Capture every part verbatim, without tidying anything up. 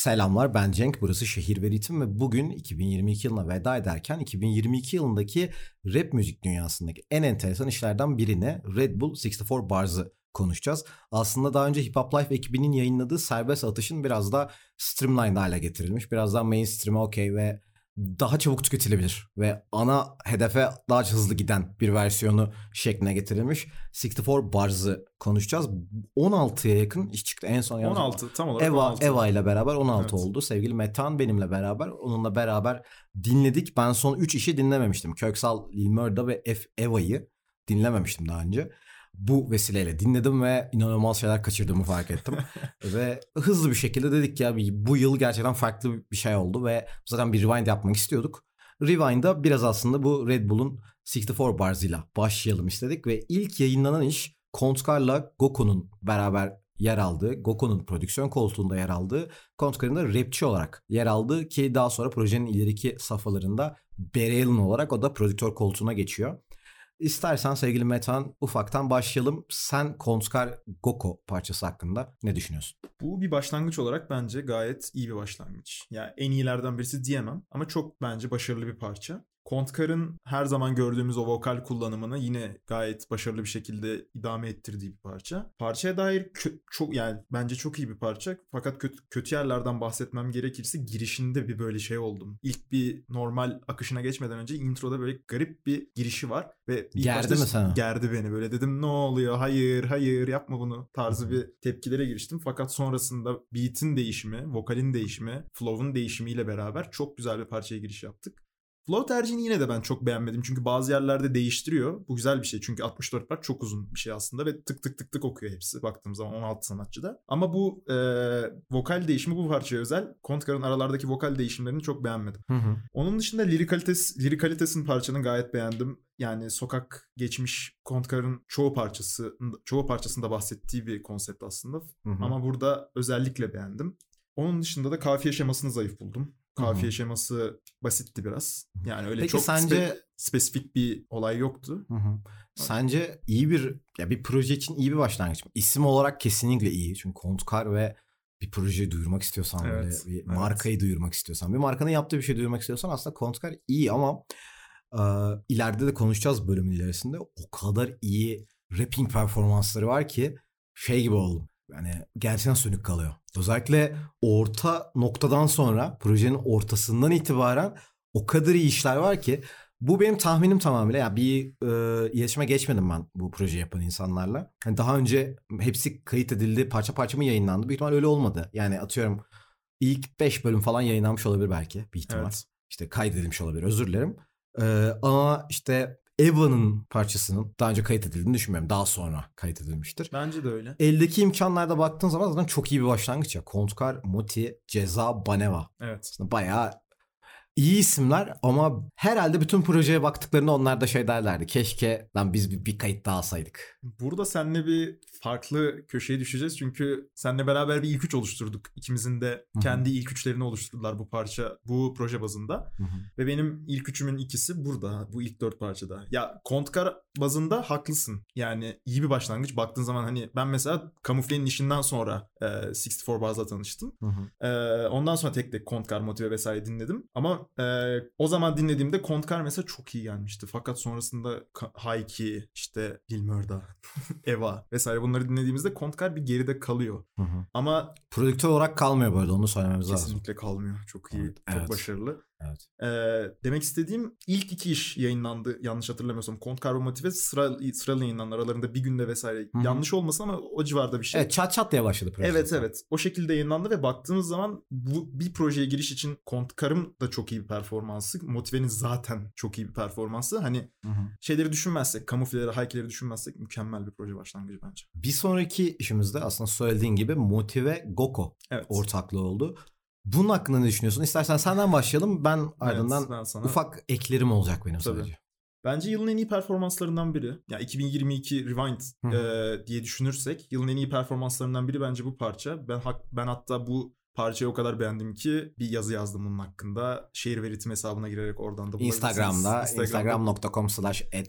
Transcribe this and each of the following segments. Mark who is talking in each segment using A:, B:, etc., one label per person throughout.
A: Selamlar, ben Cenk, burası Şehir ve Ritim ve bugün iki bin yirmi iki yılına veda ederken iki bin yirmi iki yılındaki rap müzik dünyasındaki en enteresan işlerden birini, Red Bull altmış dört Bars'ı konuşacağız. Aslında daha önce Hip Hop Life ekibinin yayınladığı Serbest Atış'ın biraz da streamlined hale getirilmiş, biraz daha mainstream'e okey ve daha çabuk tüketilebilir ve ana hedefe daha hızlı giden bir versiyonu şekline getirilmiş altmış dört Bars'ı konuşacağız. on altıya yakın iş çıktı. En son
B: on altı tam olarak
A: Eva,
B: on altı.
A: Eva ile beraber on altı
B: Evet.
A: oldu. Sevgili Metehan benimle beraber. Onunla beraber dinledik. Ben son üç işi dinlememiştim. Köksal, Lil Murda ve F. Eva'yı dinlememiştim daha önce. Bu vesileyle dinledim ve inanılmaz şeyler kaçırdığımı fark ettim. Ve hızlı bir şekilde dedik ya bu yıl gerçekten farklı bir şey oldu ve zaten bir rewind yapmak istiyorduk. Rewind'a biraz aslında bu Red Bull'un altmış dört Bars'ıyla başlayalım istedik ve ilk yayınlanan iş Kontkar'la Goko'nun beraber yer aldığı, Goko'nun prodüksiyon koltuğunda yer aldığı, Kontkar'ın da rapçi olarak yer aldığı ki daha sonra projenin ileriki safhalarında Beryl'in olarak o da prodüktör koltuğuna geçiyor. İstersen sevgili Metehan ufaktan başlayalım. Sen Kontkar Goko parçası hakkında ne düşünüyorsun?
B: Bu bir başlangıç olarak bence gayet iyi bir başlangıç. Yani en iyilerden birisi diyemem ama çok bence başarılı bir parça. Kontkar'ın her zaman gördüğümüz o vokal kullanımını yine gayet başarılı bir şekilde idame ettirdiği bir parça. Parçaya dair kö- çok yani bence çok iyi bir parça. Fakat kötü, kötü yerlerden bahsetmem gerekirse girişinde bir böyle şey oldum. İlk bir normal akışına geçmeden önce introda böyle garip bir girişi var ve
A: gerdi mi sana?
B: Gerdi beni. Böyle dedim ne oluyor? Hayır, hayır yapma bunu tarzı bir tepkilere giriştim. Fakat sonrasında beat'in değişimi, vokalin değişimi, flow'un değişimiyle beraber çok güzel bir parçaya giriş yaptık. Flow tercihini yine de ben çok beğenmedim. Çünkü bazı yerlerde değiştiriyor. Bu güzel bir şey. Çünkü altmış dört part çok uzun bir şey aslında. Ve tık tık tık tık okuyor hepsi. Baktığım zaman on altı sanatçıda. Ama bu e, vokal değişimi bu parçaya özel. Kontkar'ın aralardaki vokal değişimlerini çok beğenmedim. Hı hı. Onun dışında lirikalitesi, lirikalitesinin parçanın gayet beğendim. Yani sokak geçmiş Kontkar'ın çoğu parçası, çoğu parçasında bahsettiği bir konsept aslında. Hı hı. Ama burada özellikle beğendim. Onun dışında da kafiye şemasını zayıf buldum. Kafiye Hı-hı. şeması basitti biraz. Yani öyle Peki çok sence... spe- spesifik bir olay yoktu.
A: Hı-hı. Sence iyi bir ya bir proje için iyi bir başlangıç mı? İsim olarak kesinlikle iyi. Çünkü Kontkar ve bir projeyi duyurmak istiyorsan evet, böyle bir evet. markayı duyurmak istiyorsan, bir markanın yaptığı bir şey duyurmak istiyorsan aslında Kontkar iyi ama e, ileride de konuşacağız bölümün ilerisinde. O kadar iyi rapping performansları var ki şey gibi oldum. Yani gerçekten sönük kalıyor. Özellikle orta noktadan sonra projenin ortasından itibaren o kadar iyi işler var ki bu benim tahminim tamamıyla. Yani bir e, iletişime geçmedim ben bu projeyi yapan insanlarla. Yani daha önce hepsi kayıt edildi, parça parça mı yayınlandı? Büyük ihtimal öyle olmadı. Yani atıyorum ilk beş bölüm falan yayınlanmış olabilir belki bir ihtimal. Evet. İşte kaydedilmiş olabilir, özür dilerim. E, ama işte Eva'nın parçasının daha önce kayıt edildiğini düşünmüyorum. Daha sonra kayıt edilmiştir.
B: Bence de öyle.
A: Eldeki imkanlarda baktığın zaman zaten çok iyi bir başlangıç ya. Kontkar, Moti, Ceza, Baneva.
B: Evet.
A: Aslında bayağı iyi isimler ama herhalde bütün projeye baktıklarında onlar da şey derlerdi. Keşke lan biz bir, bir kayıt daha alsaydık.
B: Burada seninle bir farklı köşeye düşeceğiz. Çünkü seninle beraber bir ilk üç oluşturduk. İkimizin de Hı-hı. kendi ilk üçlerini oluşturdular bu parça, bu proje bazında. Hı-hı. Ve benim ilk üçümün ikisi burada. Bu ilk dört parçada. Ya Kontkar bazında haklısın. Yani iyi bir başlangıç. Baktığın zaman hani ben mesela Kamufle'nin işinden sonra e, altmış dört Bars'la tanıştım. E, ondan sonra tek tek Kontkar, Motive vesaire dinledim. Ama e, o zaman dinlediğimde Kontkar mesela çok iyi gelmişti. Fakat sonrasında Hayki, işte Lil Murda, Eva vesaire bunları dinlediğimizde Kontkar bir geride kalıyor. Hı hı. Ama
A: prodüktör olarak kalmıyor bu arada, onu söylememiz
B: kesinlikle
A: lazım.
B: Kesinlikle kalmıyor. Çok iyi, evet, çok
A: evet.
B: başarılı.
A: Evet.
B: Ee, demek istediğim ilk iki iş yayınlandı yanlış hatırlamıyorsam. Kontkar ve Motive sıra, sıralı yayınlandı aralarında bir günde vesaire. Hı-hı. Yanlış olmasın ama o civarda bir şey.
A: Evet, çat çat diye başladı proje.
B: Evet evet o şekilde yayınlandı ve baktığımız zaman bu bir projeye giriş için Kontkar'ın da çok iyi bir performansı. Motive'nin zaten çok iyi bir performansı. Hani Hı-hı. şeyleri düşünmezsek, kamufleleri, haykileri düşünmezsek mükemmel bir proje başlangıcı bence.
A: Bir sonraki işimizde aslında söylediğin gibi Motive Goko evet. ortaklığı oldu. Bunun hakkında ne düşünüyorsun? İstersen senden başlayalım. Ben ardından evet, ben sana... ufak eklerim olacak benim Tabii. sadece.
B: Bence yılın en iyi performanslarından biri. Yani iki bin yirmi iki Rewind e, diye düşünürsek yılın en iyi performanslarından biri bence bu parça. Ben ben hatta bu parçayı o kadar beğendim ki bir yazı yazdım bunun hakkında. Şehir ve Ritim hesabına girerek oradan da bulabilirsiniz.
A: Instagram'da instagram nokta com slash et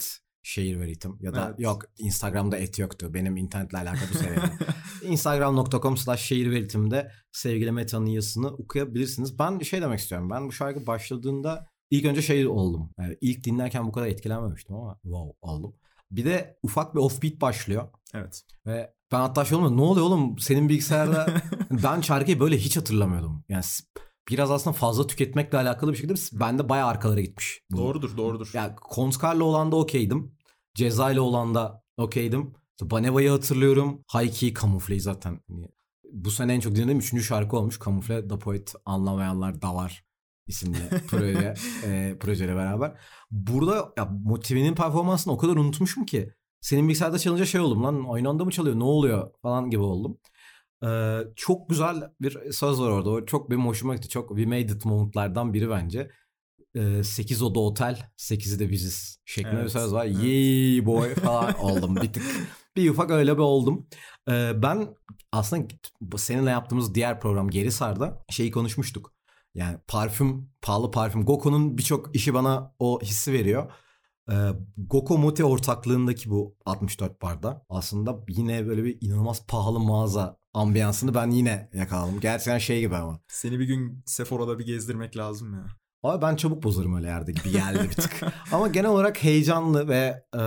A: şehir ve ritim. Ya da
B: Evet.
A: yok Instagram'da et yoktu. Benim internetle alakalı bir seviyem. instagram nokta com slash şehir ve ritimde sevgili Meta'nın yazısını okuyabilirsiniz. Ben şey demek istiyorum. Ben bu şarkı başladığında ilk önce şey oldum. Yani ilk dinlerken bu kadar etkilenmemiştim ama wow oldum. Bir de ufak bir offbeat başlıyor.
B: Evet.
A: Ve ben hatta şey olmuyor. Ne oluyor oğlum senin bilgisayarda? Ben şarkıyı böyle hiç hatırlamıyordum. Yani biraz aslında fazla tüketmekle alakalı bir şekilde bende bayağı arkalara gitmiş. Bu.
B: Doğrudur doğrudur.
A: Yani Kontkar'la olan da okeydim. Ceza'yla olan da okeydim. Baneva'yı hatırlıyorum. Hayki, Kamufle'yi zaten. Bu sene en çok dinlediğim üçüncü şarkı olmuş. Kamufle, Da Poet, Anlamayanlar da var isimli proje, e, projeyle beraber. Burada ya, Motive'nin performansını o kadar unutmuşum ki. Senin bilgisayarda çalınca şey oldum lan aynı anda mı çalıyor ne oluyor falan gibi oldum. Ee, çok güzel bir söz var orada. O çok benim hoşuma gitti. Çok we made it momentlardan biri bence. Ee, sekiz oda otel, sekizi de biziz şeklinde evet, bir söz var. Evet. Yee boy falan oldum bir tık. Bir ufak öyle bir oldum. Ee, ben aslında seninle yaptığımız diğer program Geri Sar'da şeyi konuşmuştuk. Yani parfüm, pahalı parfüm. Goko'nun birçok işi bana o hissi veriyor. Ee, Goko Mote ortaklığındaki bu altmış dört barda aslında yine böyle bir inanılmaz pahalı mağaza ambiyansını ben yine yakaladım. Gerçekten şey gibi ama.
B: Seni bir gün Sephora'da bir gezdirmek lazım ya.
A: Abi ben çabuk bozarım öyle yerde gibi geldi bir tık. Ama genel olarak heyecanlı ve e,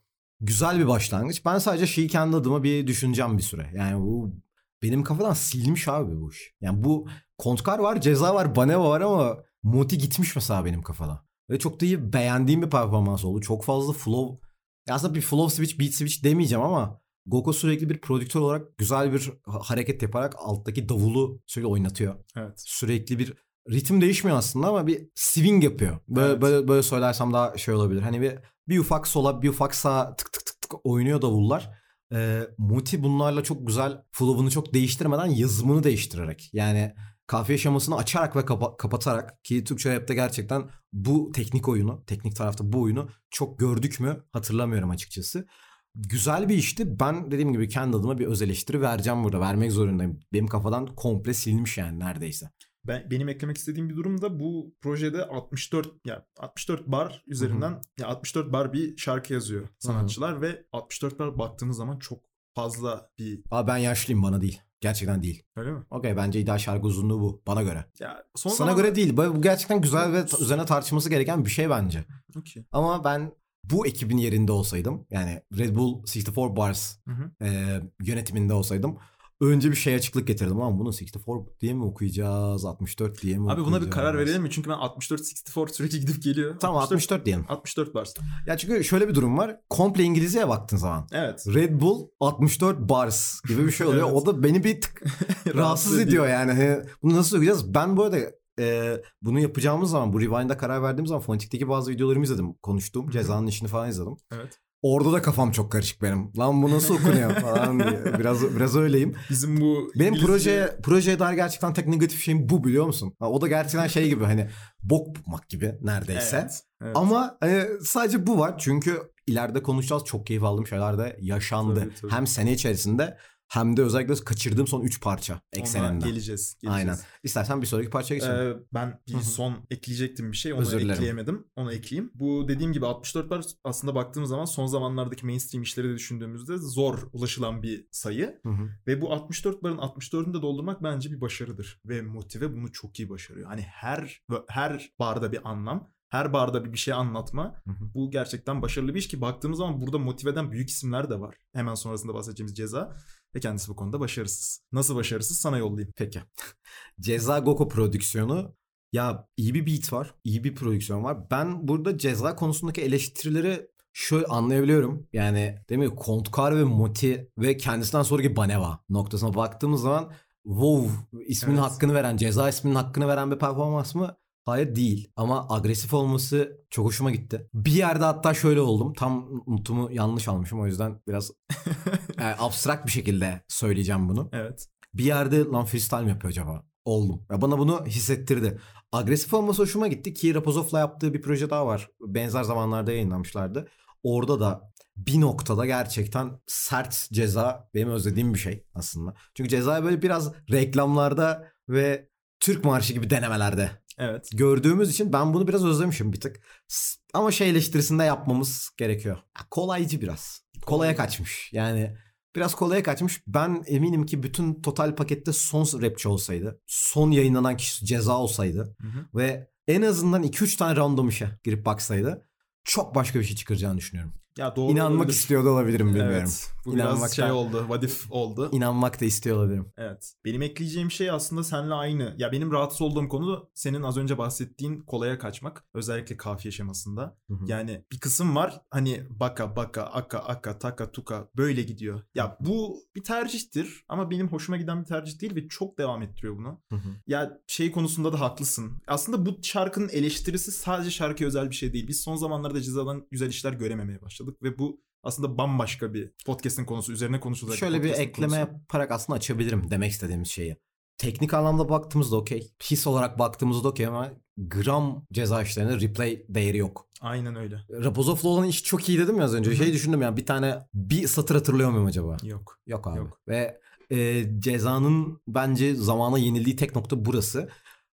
A: güzel bir başlangıç. Ben sadece şeyi kendi adıma bir düşüneceğim bir süre. Yani bu benim kafadan silmiş abi bu iş. Yani bu Kontkar var, Ceza var, Baneva var ama Moti gitmiş mesela benim kafadan. Ve çok da iyi beğendiğim bir performans oldu. Çok fazla flow. Aslında bir flow switch, beat switch demeyeceğim ama Goko sürekli bir prodüktör olarak güzel bir hareket yaparak alttaki davulu sürekli oynatıyor.
B: Evet.
A: Sürekli bir ritim değişmiyor aslında ama bir swing yapıyor. Böyle evet. böyle, böyle söylersem daha şey olabilir. Hani bir bir ufak sola, bir ufak sağa tık tık tık tık oynuyor davullar. Ee, Moti bunlarla çok güzel flow'unu çok değiştirmeden yazımını değiştirerek. Yani kafiye şamasını açarak ve kapa- kapatarak ki Türkçe rapte gerçekten bu teknik oyunu, teknik tarafta bu oyunu çok gördük mü hatırlamıyorum açıkçası. Güzel bir işti. Ben dediğim gibi kendi adıma bir öz eleştiri vereceğim burada. Vermek zorundayım. Benim kafadan komple silmiş yani neredeyse.
B: Ben, benim eklemek istediğim bir durum da bu projede altmış dört yani altmış dört bar üzerinden ya yani altmış dört bar bir şarkı yazıyor sanatçılar Hı-hı. ve altmış dört bar baktığınız zaman çok fazla bir...
A: Abi ben yaşlıyım bana değil. Gerçekten değil.
B: Öyle mi?
A: Okey bence ideal şarkı uzunluğu bu. Bana göre.
B: Ya, son
A: Sana
B: zamanda...
A: göre değil. Bu gerçekten güzel ve üzerine tartışılması gereken bir şey bence.
B: Okay.
A: Ama ben bu ekibin yerinde olsaydım yani Red Bull altmış dört Bars e, yönetiminde olsaydım önce bir şey açıklık getirdim. Ama bunu altmış dört diye mi okuyacağız? altmış dört diye mi
B: Abi
A: okuyacağız?
B: buna bir karar verelim mi? Çünkü ben altmış dört altmış dört sürekli gidip geliyor.
A: Tamam altmış dört, altmış dört diyelim.
B: altmış dört bars.
A: Ya çünkü şöyle bir durum var. Komple İngilizceye baktığın zaman.
B: Evet.
A: Red Bull altmış dört bars gibi bir şey oluyor. Evet. O da beni bir tık rahatsız ediyor yani. Bunu nasıl okuyacağız? Ben bu arada e, bunu yapacağımız zaman bu Rewind'a karar verdiğim zaman Fonetik'teki bazı videolarımı izledim. Konuştuğum Ceza'nın işini falan izledim.
B: Evet.
A: Orada da kafam çok karışık benim. Lan bu nasıl okunuyor falan diye. Biraz biraz öyleyim.
B: Bizim bu
A: benim İngilizce... projeye projeye dair gerçekten tek negatif şeyim bu biliyor musun? Ha, o da gerçekten şey gibi hani bok bulmak gibi neredeyse.
B: Evet, evet.
A: Ama hani sadece bu var. Çünkü ileride konuşacağız çok keyif aldığım şeyler de yaşandı. Tabii, tabii. Hem sene içerisinde hem de özellikle kaçırdığım son üç parça ekseninde.
B: Ona geleceğiz, geleceğiz.
A: Aynen. İstersen bir sonraki parçaya geçelim.
B: Ee, ben bir son ekleyecektim bir şey. Onu ekleyemedim. Onu ekleyeyim. Bu dediğim gibi altmış dört bar aslında baktığımız zaman son zamanlardaki mainstream işleri de düşündüğümüzde zor ulaşılan bir sayı. Hı hı. Ve bu altmış dört barın altmış dördünü de doldurmak bence bir başarıdır. Ve Motive bunu çok iyi başarıyor. Hani her her barda bir anlam. Her barda bir bir şey anlatma. Hı hı. Bu gerçekten başarılı bir iş ki baktığımız zaman burada motiveden büyük isimler de var. Hemen sonrasında bahsedeceğimiz Ceza. Ve kendisi bu konuda başarısız. Nasıl başarısız? Sana yollayayım.
A: Peki. Ceza Goko prodüksiyonu. Ya iyi bir beat var. İyi bir prodüksiyon var. Ben burada Ceza konusundaki eleştirileri şöyle anlayabiliyorum. Yani değil mi? Kontkar ve Moti ve kendisinden sonraki Baneva noktasına baktığımız zaman wow isminin evet. hakkını veren, Ceza isminin hakkını veren bir performans mı? Hayır değil ama agresif olması çok hoşuma gitti. Bir yerde hatta şöyle oldum. Tam notumu yanlış almışım o yüzden biraz yani abstrakt bir şekilde söyleyeceğim bunu.
B: Evet.
A: Bir yerde lan freestyle mi yapıyor acaba? Oldum. Ya bana bunu hissettirdi. Agresif olması hoşuma gitti ki Rapozov'la yaptığı bir proje daha var. Benzer zamanlarda yayınlamışlardı. Orada da bir noktada gerçekten sert Ceza benim özlediğim bir şey aslında. Çünkü Ceza böyle biraz reklamlarda ve Türk marşı gibi denemelerde
B: Evet.
A: gördüğümüz için ben bunu biraz özlemişim bir tık. Ama şey eleştirisinde yapmamız gerekiyor. Kolaycı biraz. Kolaya kaçmış. Yani biraz kolaya kaçmış. Ben eminim ki bütün total pakette son rapçi olsaydı, son yayınlanan kişi Ceza olsaydı
B: hı hı.
A: ve en azından iki üç tane random işe girip baksaydı çok başka bir şey çıkaracağını düşünüyorum.
B: Ya doğru
A: İnanmak
B: olabilir.
A: istiyor da olabilirim, bilmiyorum.
B: Evet. Bu
A: İnanmaktan,
B: biraz şey oldu. What if oldu.
A: İnanmak da istiyor olabilirim.
B: Evet. Benim ekleyeceğim şey aslında seninle aynı. Ya benim rahatsız olduğum konu senin az önce bahsettiğin kolaya kaçmak. Özellikle kafiye şemasında. Hı hı. Yani bir kısım var. Hani baka baka aka aka taka tuka böyle gidiyor. Ya bu bir tercihtir ama benim hoşuma giden bir tercih değil ve çok devam ettiriyor bunu. Hı hı. Ya şey konusunda da haklısın. Aslında bu şarkının eleştirisi sadece şarkıya özel bir şey değil. Biz son zamanlarda Ceza'dan güzel işler görememeye başladık ve bu aslında bambaşka bir podcast'in konusu, üzerine konuşulacak.
A: Şöyle bir ekleme konusu. yaparak aslında açabilirim demek istediğimiz şeyi. Teknik anlamda baktığımızda okey. His olarak baktığımızda okey ama gram Ceza işlerine replay değeri yok.
B: Aynen öyle.
A: Rapozof'la olan iş çok iyi dedim ya az önce. Şey düşündüm yani bir tane bir satır hatırlıyor muyum acaba?
B: Yok.
A: Yok abi.
B: Yok.
A: Ve e, Ceza'nın bence zamana yenildiği tek nokta burası.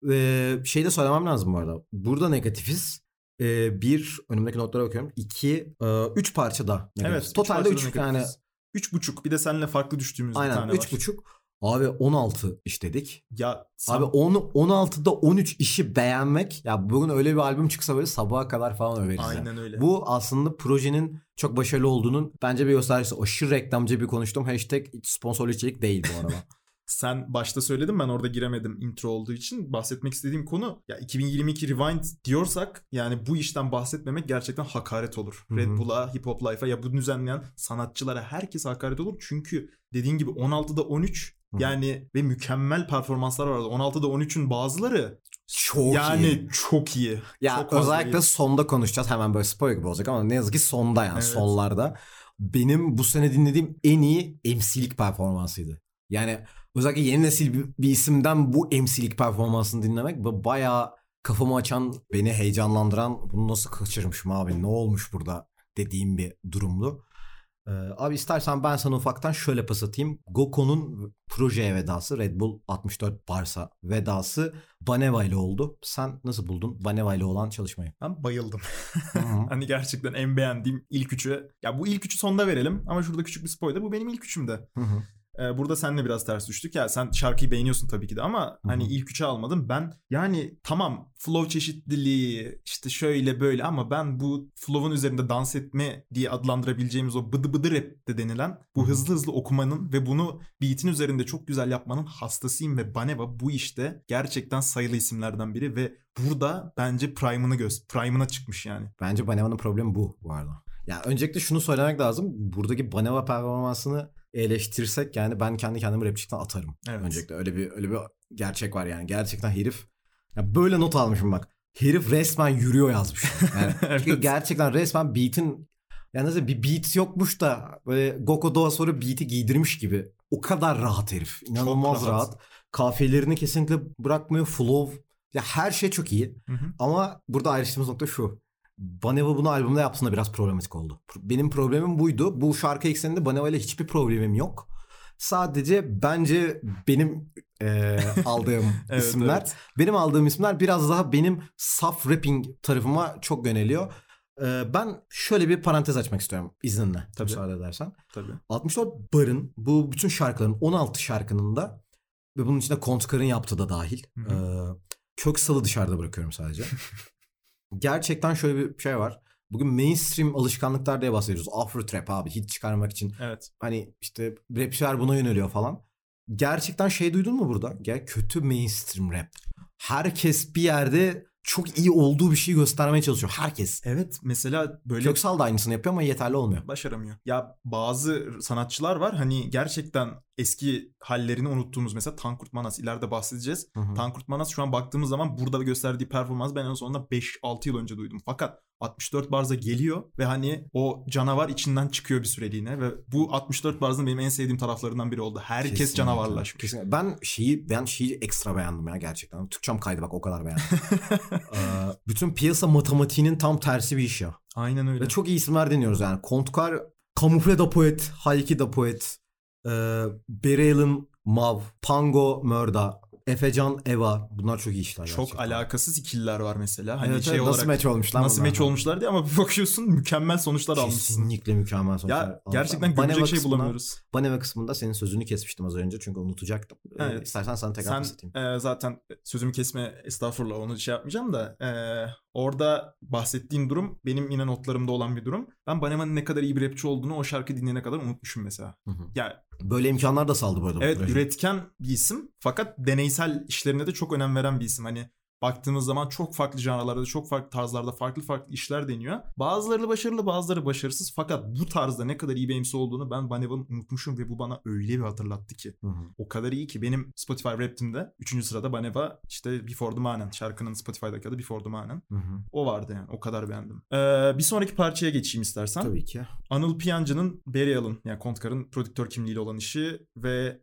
A: E, şey de söylemem lazım bu arada. Burada negatifiz. Ee, bir, önümdeki notlara bakıyorum. İki, e, üç parçada.
B: Evet.
A: Totalde üç, üç tane.
B: Üç buçuk. Bir de seninle farklı düştüğümüz
A: aynen,
B: bir tane
A: üç
B: var.
A: Üç buçuk. Abi on altı işledik.
B: Ya sen...
A: Abi on, on altıda on üç işi beğenmek. Ya bugün öyle bir albüm çıksa böyle sabaha kadar falan överiz.
B: Aynen
A: yani.
B: öyle.
A: Bu aslında projenin çok başarılı olduğunun bence bir göstergesi. Aşırı reklamcı bir konuştum. Hashtag sponsorlu içerik değil bu arada.
B: Sen başta söyledin, ben orada giremedim intro olduğu için. Bahsetmek istediğim konu ya iki bin yirmi iki Rewind diyorsak yani bu işten bahsetmemek gerçekten hakaret olur. Hı-hı. Red Bull'a, Hip Hop Life'a ya bunu düzenleyen sanatçılara, herkese hakaret olur. Çünkü dediğin gibi on altıda on üç Hı-hı. yani ve mükemmel performanslar vardı. on altıda on üçün bazıları
A: çok
B: yani
A: iyi.
B: çok iyi.
A: Ya
B: çok
A: özellikle
B: iyi.
A: Sonda konuşacağız. Hemen böyle spoiler gibi olacak ama ne yazık ki sonda yani evet. Sonlarda. Benim bu sene dinlediğim en iyi M C'lik performansıydı. Yani özellikle yeni nesil bir, bir isimden bu M C'lik performansını dinlemek bayağı kafamı açan, beni heyecanlandıran, bunu nasıl kaçırmışım abi, ne olmuş burada dediğim bir durumdu. Ee, abi istersen ben sana ufaktan şöyle pas atayım. Goko'nun projeye vedası, Red Bull altmış dört Barça vedası Baneva ile oldu. Sen nasıl buldun Baneva ile olan çalışmayı?
B: Ben bayıldım. Hani gerçekten en beğendiğim ilk üçü. Ya bu ilk üçü sonda verelim ama şurada küçük bir spoiler. Bu benim ilk üçümde. Hı hı. Burada seninle biraz ters düştük ya, sen şarkıyı beğeniyorsun tabii ki de ama Hı-hı. hani ilk üçe almadım ben. Yani tamam flow çeşitliliği işte şöyle böyle ama ben bu flow'un üzerinde dans etme diye adlandırabileceğimiz o bıdı bıdı rap de denilen bu Hı-hı. hızlı hızlı okumanın ve bunu beat'in üzerinde çok güzel yapmanın hastasıyım ve Baneva bu işte gerçekten sayılı isimlerden biri ve burada bence prime'ını göz prime'ına çıkmış yani.
A: Bence Baneva'nın problemi bu bu arada. Ya öncelikle şunu söylemek lazım. Buradaki Baneva performansını eleştirsek yani ben kendi kendimi rapçikten atarım. Evet. Öncelikle öyle bir öyle bir gerçek var yani. Gerçekten herif ya böyle not almışım bak. Herif resmen yürüyor yazmış. Yani evet. Gerçekten resmen beat'in yani nasıl bir beat yokmuş da böyle Goko Doğa sonra beat'i giydirmiş gibi. O kadar rahat herif. İnanılmaz rahat. rahat. Kafiyelerini kesinlikle bırakmıyor. Flow ya her şey çok iyi. Hı hı. Ama burada ayrıştığımız nokta şu. Baneva bunu albümde yaptığında biraz problematik oldu. Benim problemim buydu. Bu şarkı ekseninde Baneva ile hiçbir problemim yok. Sadece bence benim e, aldığım evet, isimler, evet. benim aldığım isimler biraz daha benim saf rapping tarafıma çok yöneliyor. E, ben şöyle bir parantez açmak istiyorum izninle. Tabii. Müsaade edersen.
B: Tabii.
A: altmış dört Bar'ın bu bütün şarkıların on altı şarkının da ve bunun içinde Kontkar'ın yaptığı da dahil. E, Köksal'ı dışarıda bırakıyorum sadece. Gerçekten şöyle bir şey var. Bugün mainstream alışkanlıklar diye bahsediyoruz. Afro trap abi hit çıkarmak için.
B: Evet.
A: Hani işte rapçiler buna yöneliyor falan. Gerçekten şey duydun mu burada? Gel kötü mainstream rap. Herkes bir yerde çok iyi olduğu bir şey göstermeye çalışıyor. Herkes.
B: Evet mesela böyle.
A: Köksal da aynısını yapıyor ama yeterli olmuyor.
B: Başaramıyor. Ya bazı sanatçılar var hani gerçekten eski hallerini unuttuğumuz, mesela Tankurt Manas ileride bahsedeceğiz. Hı hı. Tankurt Manas şu an baktığımız zaman burada gösterdiği performans ben en sonunda beş altı yıl önce duydum. Fakat altmış dört Barz'a geliyor ve hani o canavar içinden çıkıyor bir süreliğine ve bu altmış dört Barz'ın benim en sevdiğim taraflarından biri oldu. Herkes kesinlikle canavarlaşmış.
A: Kesinlikle. Ben şeyi ben şeyi ekstra beğendim ya gerçekten. Türkçem kaydı bak o kadar beğendim. ee, bütün piyasa matematiğinin tam tersi bir iş ya.
B: Aynen öyle.
A: Ve çok iyi isimler deniyoruz yani. Kontkar, Kamufle da Poet, Hayki da Poet, e, Beryl'in Mav, Pango Mörda, Efecan, Eva bunlar çok iyi işler.
B: Çok
A: gerçekten.
B: alakasız ikiller var mesela. Hani
A: evet,
B: şey
A: evet,
B: olarak
A: nasıl match olmuşlar?
B: Nasıl match olmuşlar diye ama bir bakıyorsun mükemmel sonuçlar almışsın.
A: Kesinlikle mükemmel sonuçlar.
B: Ya gerçekten gömecek şey bulamıyoruz.
A: Baneva kısmında senin sözünü kesmiştim az önce çünkü unutacaktım.
B: Evet.
A: Ee, istersen sana tekrar bahsedeyim.
B: Sen e, zaten sözümü kesme, estağfurullah, onu şey yapmayacağım da e, orada bahsettiğin durum benim yine notlarımda olan bir durum. Ben Baneva'nın ne kadar iyi bir rapçi olduğunu o şarkı dinleyene kadar unutmuşum mesela.
A: Hı hı.
B: Ya
A: böyle imkanlar da saldı bu arada.
B: evet, üretken bir isim fakat deneysel işlerine de çok önem veren bir isim. Hani baktığımız zaman çok farklı janralarda, çok farklı tarzlarda farklı farklı işler deniyor. Bazıları başarılı, bazıları başarısız. Fakat bu tarzda ne kadar iyi bir M C olduğunu ben Baneva'nın unutmuşum ve bu bana öyle bir hatırlattı ki. Hı hı. O kadar iyi ki benim Spotify Rap'timde üçüncü sırada Baneva, işte Before the Manen. Şarkının Spotify'daki adı Before the Manen. Hı hı. O vardı yani. O kadar beğendim. Ee, bir sonraki parçaya geçeyim istersen.
A: Tabii ki.
B: Anıl Piyancı'nın Burial'ın, yani Kontkar'ın prodüktör kimliğiyle olan işi ve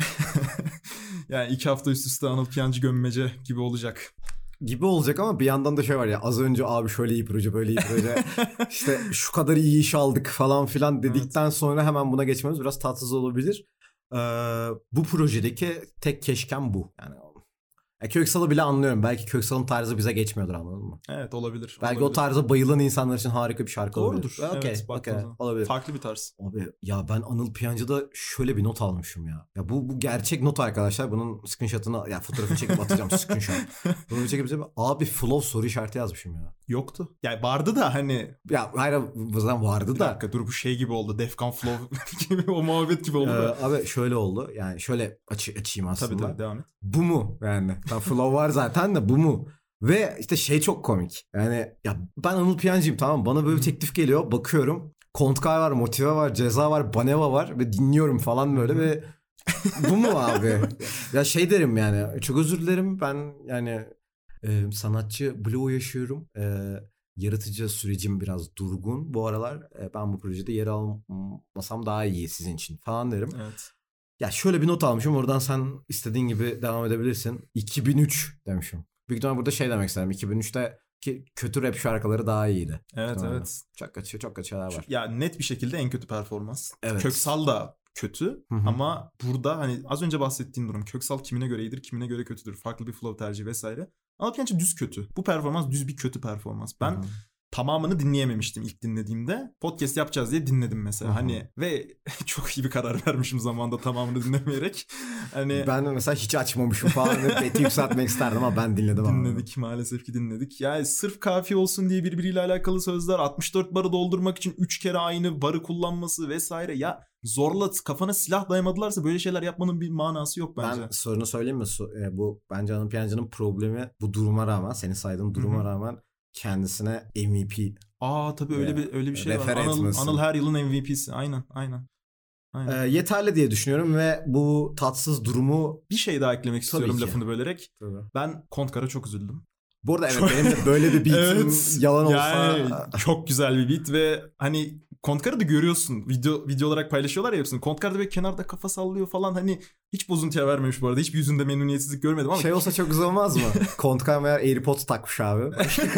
B: yani iki hafta üst üste Anıl Piyancı gömmece gibi olacak.
A: Gibi olacak ama bir yandan da şey var ya, az önce abi şöyle iyi proje, böyle iyi proje, işte şu kadar iyi iş aldık falan filan dedikten evet. sonra hemen buna geçmemiz biraz tatsız olabilir. Ee, bu projedeki tek keşkem bu. Yani ya Köksal'ı bile anlıyorum. Belki Köksal'ın tarzı bize geçmiyordur, anladın mı?
B: Evet, olabilir.
A: Belki
B: olabilir.
A: o tarza bayılan insanlar için harika bir şarkı
B: Doğrudur.
A: olabilir.
B: Evet,
A: okay, okay, olabilir.
B: Farklı bir tarz.
A: Abi ya ben Anıl Piyancı'da şöyle bir not almışım ya. Ya bu bu gerçek not arkadaşlar. Bunun screenshot'ını, ya fotoğrafını çekip atacağım screenshot. Bunu çekip atacağım. Abi flow soru işareti yazmışım ya.
B: Yoktu. Yani vardı da hani.
A: Ya hayır, o zaman vardı
B: bir
A: da.
B: Bir dakika dur, bu şey gibi oldu. Defkan Flow gibi, o muhabbet gibi oldu
A: ee,
B: da.
A: Abi şöyle oldu. Yani şöyle aç, açayım aslında.
B: Tabii tabii, devam et.
A: Bu mu yani? Tam flow var zaten de bu mu? Ve işte şey çok komik. Yani ya ben Anıl Piyancı'yım, tamam, bana böyle bir teklif geliyor. Bakıyorum. Kontkar var, Motive var, Ceza var, Baneva var ve dinliyorum falan böyle ve bu mu abi? Ya şey derim yani, çok özür dilerim, ben yani e, sanatçı bloğu yaşıyorum. E, yaratıcı sürecim biraz durgun bu aralar. E, ben bu projede yer almasam daha iyi sizin için falan derim.
B: Evet.
A: Ya şöyle bir not almışım, oradan sen istediğin gibi devam edebilirsin. iki bin üç demişim. Büyük ihtimalle burada şey demek istedim. iki bin üçte ki kötü rap şarkıları daha iyiydi.
B: Evet tamam. Evet.
A: Çok kötü, çok kötü şeyler var.
B: Ya net bir şekilde en kötü performans.
A: Evet.
B: Köksal da kötü, hı hı. Ama burada hani az önce bahsettiğim durum, Köksal kimine göre iyidir, kimine göre kötüdür. Farklı bir flow tercihi vesaire. Ama Piyancı düz kötü. Bu performans düz bir kötü performans. Ben hı hı. tamamını dinleyememiştim ilk dinlediğimde. Podcast yapacağız diye dinledim mesela. Hı hı. Hani ve çok iyi bir karar vermişim zamanında tamamını dinlemeyerek. Hani
A: ben de mesela hiç açmamışım falan. Beti yükseltmek isterdim ama ben dinledim.
B: Dinledik
A: abi.
B: Maalesef ki dinledik. Yani sırf kafi olsun diye birbiriyle alakalı sözler, altmış dört barı doldurmak için üç kere aynı barı kullanması vesaire. Ya zorla kafana silah dayamadılarsa böyle şeyler yapmanın bir manası yok bence.
A: Ben sorunu söyleyeyim mi? Bu bence Anıl Piyancı'nın problemi bu duruma rağmen, senin saydığın duruma Hı-hı. rağmen kendisine M V P.
B: Aa tabii öyle bir öyle bir şey var. Anıl, Anıl her yılın M V P'si. Aynen, aynen.
A: Aynen. Ee, yeterli diye düşünüyorum ve bu tatsız durumu
B: bir şey daha eklemek istiyorum lafını bölerek. Tabii. Ben Kontkar'a çok üzüldüm.
A: Bu arada evet çok... benim de böyle bir beat'im evet, yalan
B: yani
A: olsa
B: çok güzel bir beat ve hani Kontkar'ı da görüyorsun. Video video olarak paylaşıyorlar ya hepsini. Kontkar da böyle kenarda kafa sallıyor falan, hani hiç bozuntuya vermemiş bu arada. Hiçbir yüzünde memnuniyetsizlik görmedim ama.
A: Şey olsa çok güzel olmaz mı? Kontkar meğer AirPods takmış abi.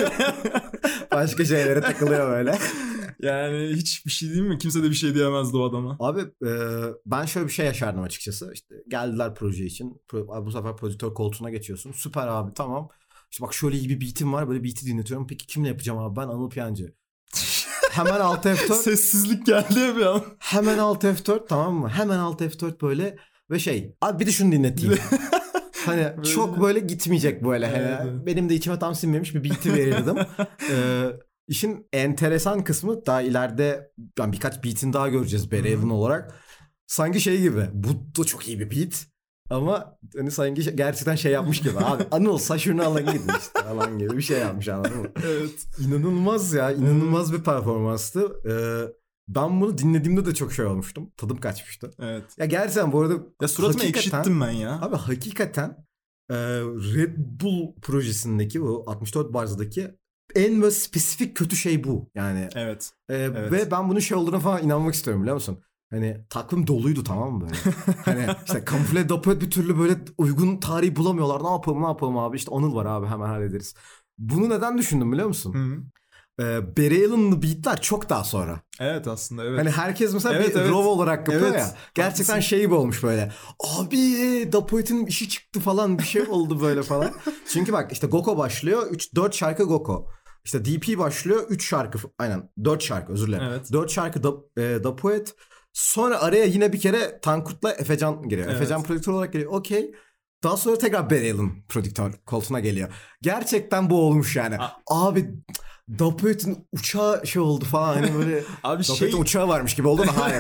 A: Başka şeylere takılıyor böyle.
B: Yani hiç bir şey değil mi? Kimse de bir şey diyemezdi o adama.
A: Abi e, ben şöyle bir şey yaşardım açıkçası. İşte geldiler proje için. Pro, bu sefer prodüktör koltuğuna geçiyorsun. Süper abi, tamam. İşte bak şöyle iyi bir beat'im var. Böyle beat'i dinletiyorum. Peki kimle yapacağım abi? Ben Anıl Piyancı. Hemen alt F dört.
B: Sessizlik geldi ya bir an.
A: Hemen alt F dört, tamam mı? Hemen alt F dört böyle. Ve şey. Abi bir de şunu dinleteyim. Hani böyle çok böyle gitmeyecek böyle. Evet, hani evet. Benim de içime tam sinmemiş bir beat'i verirdim. ee, işin enteresan kısmı daha ileride, yani birkaç beat'ini daha göreceğiz Burial'ın olarak. Sanki şey gibi. Bu da çok iyi bir beat. Ama hani sanki gerçekten şey yapmış gibi. Abi Anıl saçını alın gidin işte falan gibi bir şey yapmış, anladın mı?
B: Evet.
A: İnanılmaz ya. İnanılmaz bir performanstı. Ee, ben bunu dinlediğimde de çok şey olmuştum. Tadım kaçmıştı.
B: Evet.
A: Ya gerçekten bu arada.
B: Ya suratıma ekşittim ben ya.
A: Abi hakikaten e, Red Bull projesindeki o altmış dört barzadaki en böyle spesifik kötü şey bu. Yani.
B: Evet.
A: E,
B: evet.
A: Ve ben bunun şey olduğuna falan inanmak istiyorum, biliyor musun? Hani takvim doluydu, tamam mı böyle? Hani işte kamufle dapet bir türlü böyle uygun tarihi bulamıyorlar. Ne yapalım ne yapalım abi? İşte Anıl var abi, hemen hallederiz. Bunu neden düşündüm biliyor musun?
B: Hı-hı.
A: e, Barry Allen'lı beatler çok daha sonra.
B: Evet aslında evet.
A: Hani herkes mesela
B: evet,
A: bir
B: evet.
A: raw olarak yapıyor
B: evet.
A: ya. Gerçekten şey gibi olmuş böyle. Abi Da Poet'in işi çıktı falan, bir şey oldu böyle falan. Çünkü bak işte Goko başlıyor. üç dört şarkı Goko. İşte D P başlıyor. üç şarkı, aynen dört şarkı, özür dilerim.
B: Evet.
A: dört şarkı Da, e, Da Poet. Sonra araya yine bir kere Tankurt'la Efecan giriyor.
B: Evet.
A: Efecan prodüktör olarak geliyor. Okey. Daha sonra tekrar Barry Allen prodüktör koltuğuna geliyor. Gerçekten bu olmuş yani. A- Abi Da Poet'in uçağı şey oldu falan, hani böyle
B: Abi
A: Da
B: şey...
A: Poet'in uçağı varmış gibi oldu da hayır.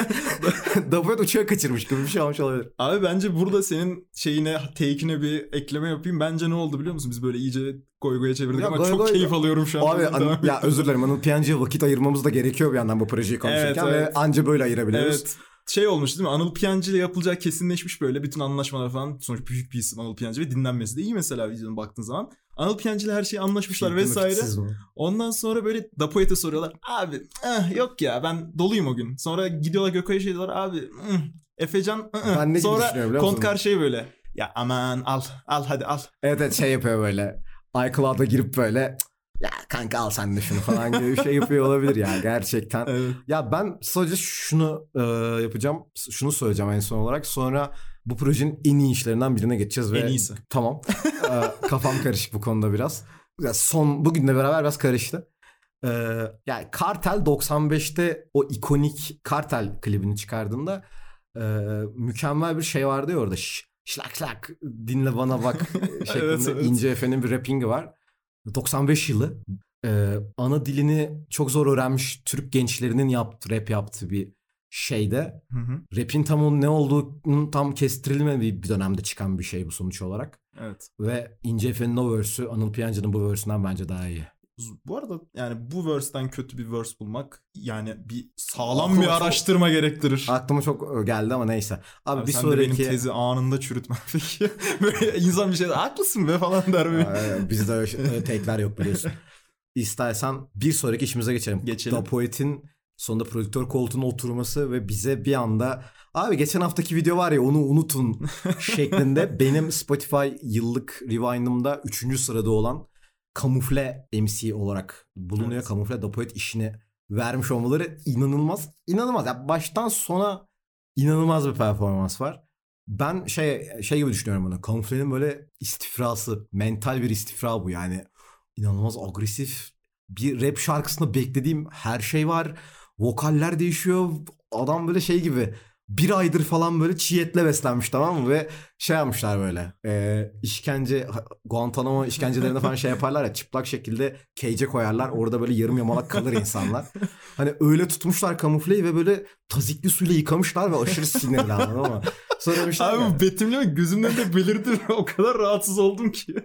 A: Da Poet uçağı kaçırmış gibi bir şey olmuş olabilir.
B: Abi bence burada senin şeyine, take'ine bir ekleme yapayım. Bence ne oldu biliyor musun? Biz böyle iyice goy goya çevirdik ya ama goy çok goy keyif alıyorum şu an.
A: Abi an, ya özür dilerim, Anıl Piyancı'ya vakit ayırmamız da gerekiyor bir yandan bu projeyi konuşurken, evet, evet. Ve anca böyle ayırabiliyoruz. Evet.
B: Şey olmuş değil mi? Anıl Piyancı ile yapılacak kesinleşmiş böyle bütün anlaşmalar falan. Sonuç büyük bir isim Anıl Piyancı ve dinlenmesi de iyi mesela videonun baktığın zaman. Anıl Piyancı ile her şeyi anlaşmışlar şey, vesaire. Ondan sonra böyle Da Poet'e soruyorlar. Abi eh, yok ya ben doluyum o gün. Sonra gidiyorlar Gökay'a şey diyorlar. Abi ıh, Efecan ıh. Ben ne sonra Kontkar şey böyle. Ya aman al al hadi al.
A: Evet evet şey yapıyor böyle. iCloud'a girip böyle... Ya kanka al sen de şunu falan gibi bir şey yapıyor olabilir ya gerçekten. Evet. Ya ben sadece şunu e, yapacağım. Şunu söyleyeceğim en son olarak. Sonra bu projenin en iyi işlerinden birine geçeceğiz. Ve
B: en iyisi.
A: Tamam. e, kafam karışık bu konuda biraz. Ya son bugünle beraber biraz karıştı. E, yani Kartel doksan beşte o ikonik Kartel klibini çıkardığında e, mükemmel bir şey vardı ya orada. Şlak şlak dinle bana bak şeklinde evet, evet. İnce Efe'nin bir rappingi var. doksan beş yılı e, ana dilini çok zor öğrenmiş Türk gençlerinin yaptığı, rap yaptığı bir şeyde. Hı hı. Rap'in tam onun ne olduğunun tam kestirilmediği bir dönemde çıkan bir şey bu sonuç olarak.
B: Evet.
A: Ve İnce Efe'nin o verse'ü Anıl Piyancı'nın bu verse'ünden bence daha iyi.
B: Bu arada yani bu verse'den kötü bir verse bulmak yani bir sağlam aklıma bir araştırma çok, gerektirir.
A: Aklıma çok geldi ama neyse. Abi, Abi bir
B: sen
A: sonraki...
B: de benim tezi anında çürütmen peki. Böyle insan bir şey haklısın be falan der mi?
A: Bizde öyle tekler yok biliyorsun. İstersen bir sonraki işimize geçelim.
B: Geçelim.
A: Da Poet'in sonunda prodüktör koltuğuna oturması ve bize bir anda abi geçen haftaki video var ya onu unutun şeklinde benim Spotify yıllık rewind'ımda üçüncü sırada olan Kamufle M C olarak bulunuyor. Evet. Kamufle Da Poet işini vermiş olmaları inanılmaz. İnanılmaz. Yani baştan sona inanılmaz bir performans var. Ben şey şey gibi düşünüyorum bunu. Kamufle'nin böyle istifrası, mental bir istifra bu yani. İnanılmaz agresif bir rap şarkısında beklediğim her şey var. Vokaller değişiyor. Adam böyle şey gibi bir aydır falan böyle çiğ etle beslenmiş, tamam mı? Ve şey yapmışlar böyle e, işkence Guantanamo işkencelerinde falan şey yaparlar ya, çıplak şekilde cage'e koyarlar. Orada böyle yarım yamalak kalır insanlar. Hani öyle tutmuşlar Kamufleyi ve böyle tazikli suyla yıkamışlar ve aşırı sinirli ama. Sonra bir şey
B: abi bu betimleme gözümden de belirdi. O kadar rahatsız oldum ki.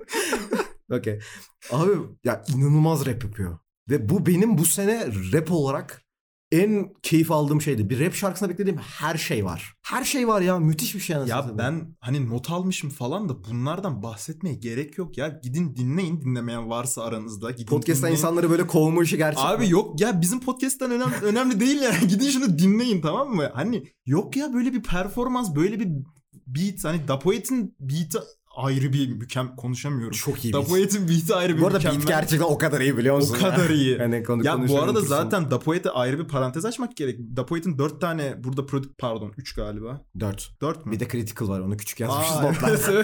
A: Okey. Abi ya inanılmaz rap yapıyor. Ve bu benim bu sene rap olarak en keyif aldığım şeydi. Bir rap şarkısında beklediğim her şey var. Her şey var ya. Müthiş bir şey.
B: Ya tabii. Ben hani not almışım falan da bunlardan bahsetmeye gerek yok ya. Gidin dinleyin, dinlemeyen varsa aranızda. Gidin
A: Podcast'ta
B: dinleyin.
A: insanları böyle kovma işi gerçekten.
B: Abi yok ya, bizim podcast'tan önemli, önemli değil yani. Gidin şunu dinleyin, tamam mı? Hani yok ya böyle bir performans, böyle bir beat. Hani Da Poet'in beat'i ayrı bir mükemmel, konuşamıyorum.
A: Çok iyi.
B: Da Poet'in beat'i ayrı bir
A: mükemmel. Bu arada
B: mükemmel.
A: beat gerçekten o kadar iyi, biliyor musun?
B: O kadar ya? iyi.
A: Yani konu,
B: ya bu arada zaten Da Poet'e ayrı bir parantez açmak gerek. Da Poet'in dört tane burada prodük pardon üç galiba.
A: dört.
B: dört mü?
A: Bir de Critical var, onu küçük yazmışız notlarda.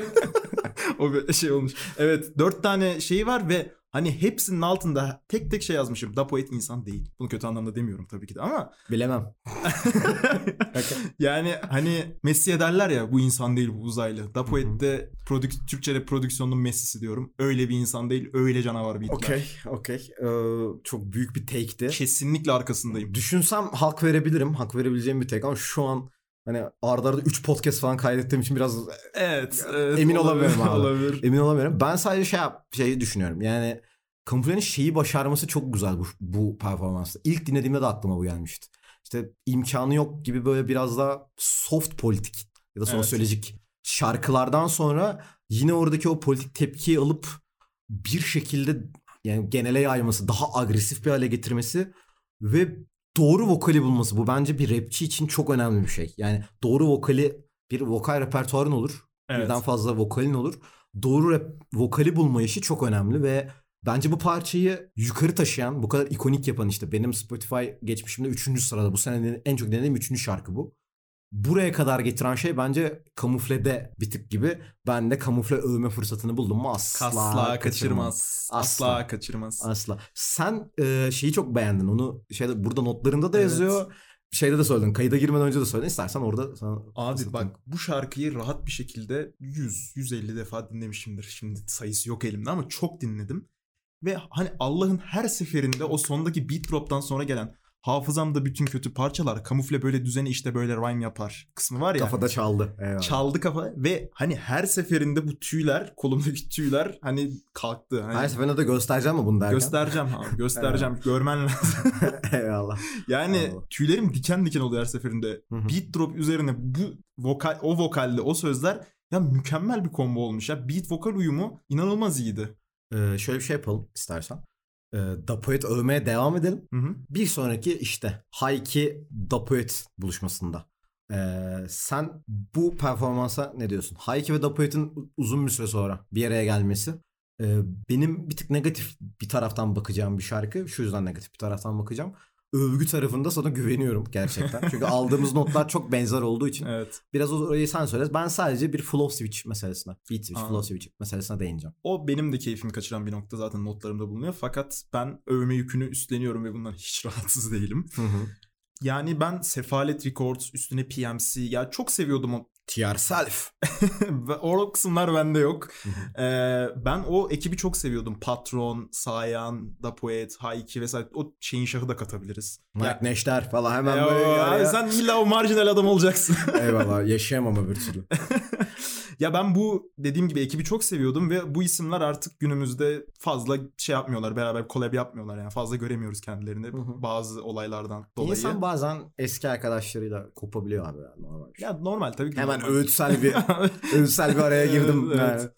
B: O bir şey olmuş. Evet, dört tane şeyi var ve hani hepsinin altında tek tek şey yazmışım. Da Poet insan değil. Bunu kötü anlamda demiyorum tabii ki de ama.
A: Bilemem.
B: Yani hani Messi'ye derler ya, bu insan değil bu uzaylı. Da Poet'te prodük- Türkçe'de prodüksiyonun Messi'si diyorum. Öyle bir insan değil, öyle canavar bir itler.
A: Okey, okey. Ee, çok büyük bir take'ti.
B: Kesinlikle arkasındayım.
A: Düşünsem hak verebilirim. Hak verebileceğim bir take ama şu an hani arda arda üç podcast falan kaydettiğim için biraz
B: evet, evet
A: emin
B: olabilir,
A: olamıyorum abi.
B: Olabilir.
A: Emin olamıyorum. Ben sadece şey şeyi düşünüyorum. Yani Kamufle'nin şeyi başarması çok güzel bu, bu performansta. İlk dinlediğimde de aklıma bu gelmişti. İşte imkanı yok gibi böyle biraz daha soft politik ya da sosyolojik evet. şarkılardan sonra yine oradaki o politik tepkiyi alıp bir şekilde yani genele yayması, daha agresif bir hale getirmesi ve doğru vokali bulması. Bu bence bir rapçi için çok önemli bir şey. Yani doğru vokali, bir vokal repertuarın olur. Evet. Birden fazla vokalin olur. Doğru rap, vokali bulma işi çok önemli ve bence bu parçayı yukarı taşıyan, bu kadar ikonik yapan işte benim Spotify geçmişimde üçüncü sırada. Bu sene en çok dinlediğim üçüncü şarkı bu. Buraya kadar getiren şey bence Kamufle'de bir tık gibi. Ben de Kamufle övme fırsatını buldum mu asla,
B: asla
A: kaçırmaz.
B: kaçırmaz. Asla, asla kaçırmaz.
A: Asla. Sen e, şeyi çok beğendin. Onu şeyde burada notlarında da
B: Evet.
A: yazıyor. Şeyde de söyledin. Kayıda girmeden önce de söyledin. İstersen orada sana
B: Abi
A: fırsatını.
B: bak bu şarkıyı rahat bir şekilde yüz yüz elli defa dinlemişimdir. Şimdi sayısı yok elimde ama çok dinledim. Ve hani Allah'ın her seferinde o sondaki beat drop'tan sonra gelen hafızamda bütün kötü parçalar, Kamufle böyle düzeni işte böyle rhyme yapar kısmı var ya.
A: Kafada çaldı. Eyvallah.
B: Çaldı kafa ve hani her seferinde bu tüyler, kolumdaki tüyler hani kalktı. Hani
A: her seferinde de göstereceğim mi bunu derken?
B: Göstereceğim abi, göstereceğim. Görmen lazım.
A: Eyvallah.
B: Yani
A: Eyvallah.
B: tüylerim diken diken oluyor her seferinde.
A: Hı hı.
B: Beat drop üzerine bu vokal, o vokalle o sözler ya mükemmel bir combo olmuş ya. Beat vokal uyumu inanılmaz iyiydi.
A: Ee, şöyle bir şey yapalım istersen. Ee, Da Poet övmeye devam edelim.
B: Hı hı.
A: Bir sonraki işte Hayki Da Poet buluşmasında. Ee, sen bu performansa ne diyorsun? Hayki ve Da Poet'in uzun bir süre sonra bir araya gelmesi. Ee, benim bir tık negatif bir taraftan bakacağım bir şarkı. Şu yüzden negatif bir taraftan bakacağım. Övgü tarafında sana güveniyorum gerçekten. Çünkü aldığımız notlar çok benzer olduğu için.
B: Evet.
A: Biraz orayı sen söyle. Ben sadece bir flow switch meselesine, beat switch,
B: Anladım.
A: flow switch meselesine değineceğim.
B: O benim de keyfimi kaçıran bir nokta zaten notlarımda bulunuyor. Fakat ben övme yükünü üstleniyorum ve bundan hiç rahatsız değilim.
A: Hı hı.
B: Yani ben Sefalet Records, üstüne P M C ya çok seviyordum o.
A: T R Self.
B: O kısımlar bende yok. ee, ben o ekibi çok seviyordum. Patron, Sayan, Da Poet, Hayki vesaire. O şeyin şahı da katabiliriz.
A: Mike
B: Ya,
A: Neşter falan hemen
B: ya,
A: böyle.
B: ya,
A: Ya.
B: sen illa o marjinal adam olacaksın.
A: Eyvallah, yaşayamam öbür türlü.
B: Ya ben bu dediğim gibi ekibi çok seviyordum ve bu isimler artık günümüzde fazla şey yapmıyorlar. Beraber collab yapmıyorlar yani. Fazla göremiyoruz kendilerini
A: Hı hı.
B: bazı olaylardan dolayı.
A: İnsan bazen eski arkadaşlarıyla kopabiliyor abi. Yani normal bir şey.
B: Ya normal tabii ki.
A: Hemen
B: normal.
A: öğütsel bir öğütsel bir araya girdim.
B: Evet.
A: Yani.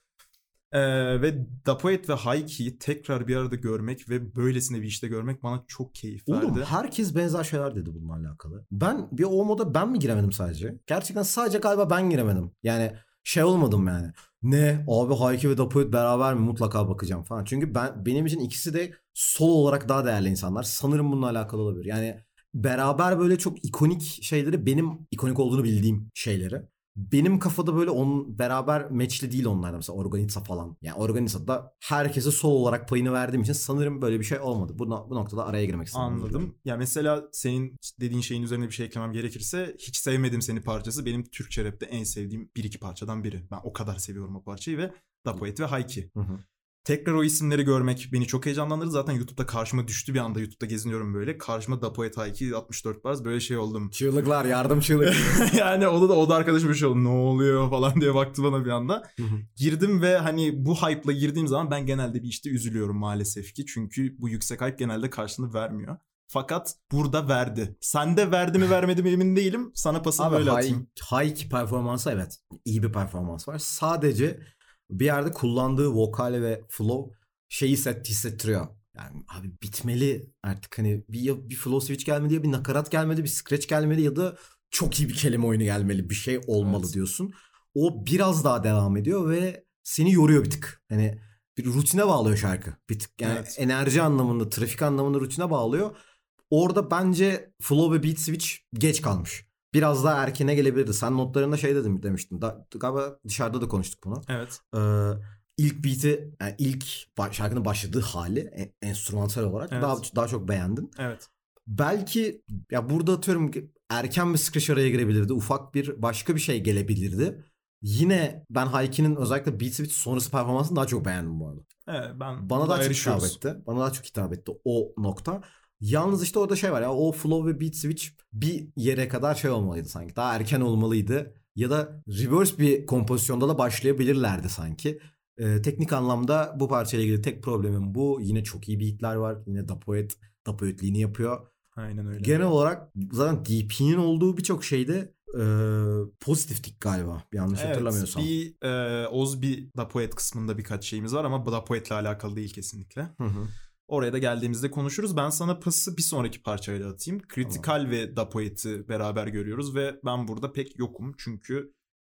B: Ee, ve Da Poet ve Hayki'yi tekrar bir arada görmek ve böylesine bir işte görmek bana çok keyif verdi.
A: Oğlum herkes benzer şeyler dedi bununla alakalı. Ben bir o moda ben mi giremedim sadece? Gerçekten sadece galiba ben giremedim. Yani şey olmadım yani. Ne? Abi Hayki ve Da Poet beraber mi? Mutlaka bakacağım falan. Çünkü ben benim için ikisi de solo olarak daha değerli insanlar. Sanırım bununla alakalı olabilir. Yani beraber böyle çok ikonik şeyleri, benim ikonik olduğunu bildiğim şeyleri. Benim kafada böyle on beraber matchli değil onlar, mesela Organiza falan. Yani Organiza'da herkese solo olarak payını verdiğim için sanırım böyle bir şey olmadı. Bu, bu noktada araya girmek istedim.
B: Anladım. Ya mesela senin dediğin şeyin üzerine bir şey eklemem gerekirse, Hiç Sevmedim Seni parçası benim Türkçe rapte en sevdiğim bir iki parçadan biri. Ben o kadar seviyorum o parçayı ve Da Poet ve Hayki.
A: Hı hı.
B: Tekrar o isimleri görmek beni çok heyecanlandırdı. Zaten YouTube'da karşıma düştü bir anda. YouTube'da geziniyorum böyle. Karşıma Da Poet, Hayki, altmış dört bars, böyle şey oldum.
A: Çığlıklar, yardım çığlık.
B: Yani o da o da arkadaşım bir şey oldu. Ne oluyor falan diye baktı bana bir anda.
A: Hı hı.
B: Girdim ve hani bu hype'la girdiğim zaman ben genelde bir işte üzülüyorum maalesef ki. Çünkü bu yüksek hype genelde karşılığını vermiyor. Fakat burada verdi. Sende verdi mi vermedi mi emin değilim. Sana pasını
A: Abi
B: böyle
A: high,
B: atayım.
A: high performansı evet. İyi bir performans var. Sadece bir yerde kullandığı vokal ve flow şeyi hisset, hissettiriyor. Yani abi bitmeli artık, hani bir, bir flow switch gelmeli ya bir nakarat gelmeli, bir scratch gelmeli ya da çok iyi bir kelime oyunu gelmeli. Bir şey olmalı
B: Evet.
A: diyorsun. O biraz daha devam ediyor ve seni yoruyor bir tık. Hani bir rutine bağlıyor şarkı. Bir tık yani
B: Evet.
A: enerji anlamında, trafik anlamında rutine bağlıyor. Orada bence flow ve beat switch geç kalmış. Biraz daha erkene gelebilirdi. Sen notlarında şey dedim demiştin. Da, galiba dışarıda da konuştuk bunu.
B: Evet.
A: Ee, ilk beat'i, yani ilk şarkının başladığı hali en, enstrümantal olarak
B: Evet.
A: daha daha çok beğendin.
B: Evet.
A: Belki ya burada atıyorum erken bir scratch araya girebilirdi. Ufak bir başka bir şey gelebilirdi. Yine ben Hayki'nin özellikle beat switch sonrası performansını daha çok beğendim bu arada.
B: Evet, ben
A: Bana daha çok hitap
B: ayrışıyoruz.
A: etti. Bana daha çok hitap etti o nokta. Yalnız işte orada şey var ya, o flow ve beat switch bir yere kadar şey olmalıydı sanki. Daha erken olmalıydı. Ya da reverse bir kompozisyonda da başlayabilirlerdi sanki. Ee, teknik anlamda bu parçayla ilgili tek problemim bu. Yine çok iyi beatler var. Yine Da Poet, Da Poet'liğini yapıyor.
B: Aynen öyle.
A: Genel olarak zaten D P'nin olduğu birçok şeyde e, pozitiftik galiba. Yanlış
B: Evet,
A: hatırlamıyorsam.
B: bir e, Oz bir Da Poet kısmında birkaç şeyimiz var ama Da Poet'le alakalı değil kesinlikle.
A: Hı hı.
B: Oraya da geldiğimizde konuşuruz. Ben sana pası bir sonraki parçayla atayım. Kritikal tamam. Ve Da Poet'i beraber görüyoruz ve ben burada pek yokum. Çünkü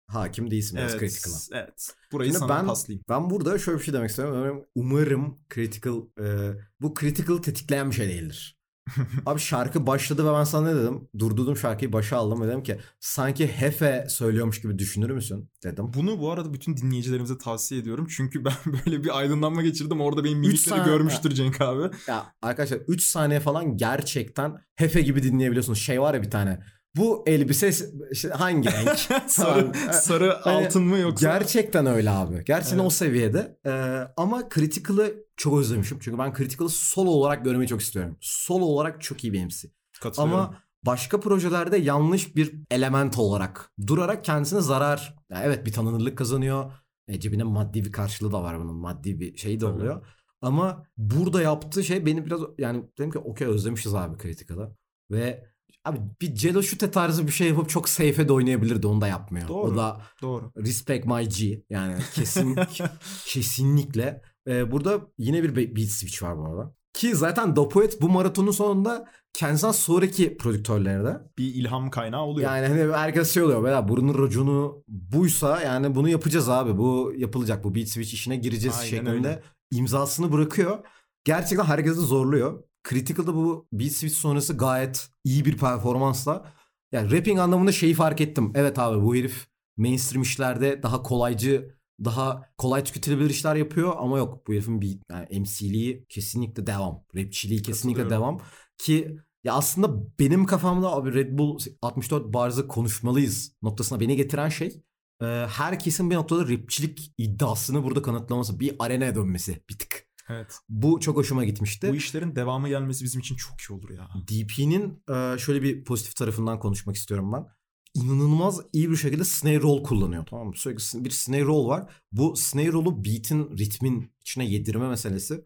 A: hakim değilsin biraz
B: evet,
A: Critical'a.
B: Evet. Burayı
A: Şimdi
B: sana
A: ben,
B: paslayayım.
A: Ben burada şöyle bir şey demek istiyorum. Umarım Critical e, bu Critical'ı tetikleyen bir şey değildir. Abi şarkı başladı ve ben sana ne dedim? Durdurdum şarkıyı, başa aldım ve dedim ki sanki Hefe söylüyormuş gibi düşünür müsün dedim.
B: Bunu bu arada bütün dinleyicilerimize tavsiye ediyorum. Çünkü ben böyle bir aydınlanma geçirdim. Orada benim mimikleri görmüştür Cenk abi.
A: Ya arkadaşlar üç saniye falan gerçekten Hefe gibi dinleyebiliyorsunuz. Şey var ya bir tane. Bu elbise işte hangi renk?
B: sarı sarı hani altın mı yoksa?
A: Gerçekten öyle abi. Gerçekten evet. O seviyede. Ee, ama Critical'ı çok özlemişim. Çünkü ben Critical'ı solo olarak görmeyi çok istiyorum. Solo olarak çok iyi bir M C. Ama başka projelerde yanlış bir element olarak durarak kendisine zarar. Yani evet bir tanınırlık kazanıyor. E, cebine maddi bir karşılığı da var bunun. Maddi bir şey de Tabii. oluyor. Ama burada yaptığı şey beni biraz yani dedim ki okey özlemişiz abi Critical'ı. Ve abi bir Cello Şute tarzı bir şey yapıp çok safe'e de oynayabilirdi. Onu da yapmıyor.
B: Doğru,
A: o da
B: doğru.
A: Respect My G. Yani kesin, kesinlikle. Ee, burada yine bir beat switch var bu arada. Ki zaten Dapoet bu maratonun sonunda kendisinden sonraki prodüktörlerde
B: bir ilham kaynağı oluyor.
A: Yani hani herkes şey oluyor. Böyle bunun raconu buysa yani bunu yapacağız abi. Bu yapılacak. Bu beat switch işine gireceğiz Aynen şeklinde öyle. imzasını bırakıyor. Gerçekten herkesi zorluyor. Critical'da bu beat switch sonrası gayet iyi bir performansla. Yani rapping anlamında şeyi fark ettim. Evet abi bu herif mainstream işlerde daha kolaycı, daha kolay tüketilebilir işler yapıyor ama yok bu herifin bir yani M C'liği kesinlikle devam. Rapçiliği kesinlikle devam. Ki ya aslında benim kafamda abi Red Bull altmış dört Bars'ı konuşmalıyız noktasına beni getiren şey herkesin bir noktada rapçilik iddiasını burada kanıtlaması. Bir arenaya dönmesi bir tık.
B: Evet.
A: Bu çok hoşuma gitmişti.
B: Bu işlerin devamı gelmesi bizim için çok iyi olur ya.
A: D P'nin şöyle bir pozitif tarafından konuşmak istiyorum ben. İnanılmaz iyi bir şekilde snare roll kullanıyor. Tamam mı? Sürekli bir snare roll var. Bu snare roll'u beat'in, ritmin içine yedirme meselesi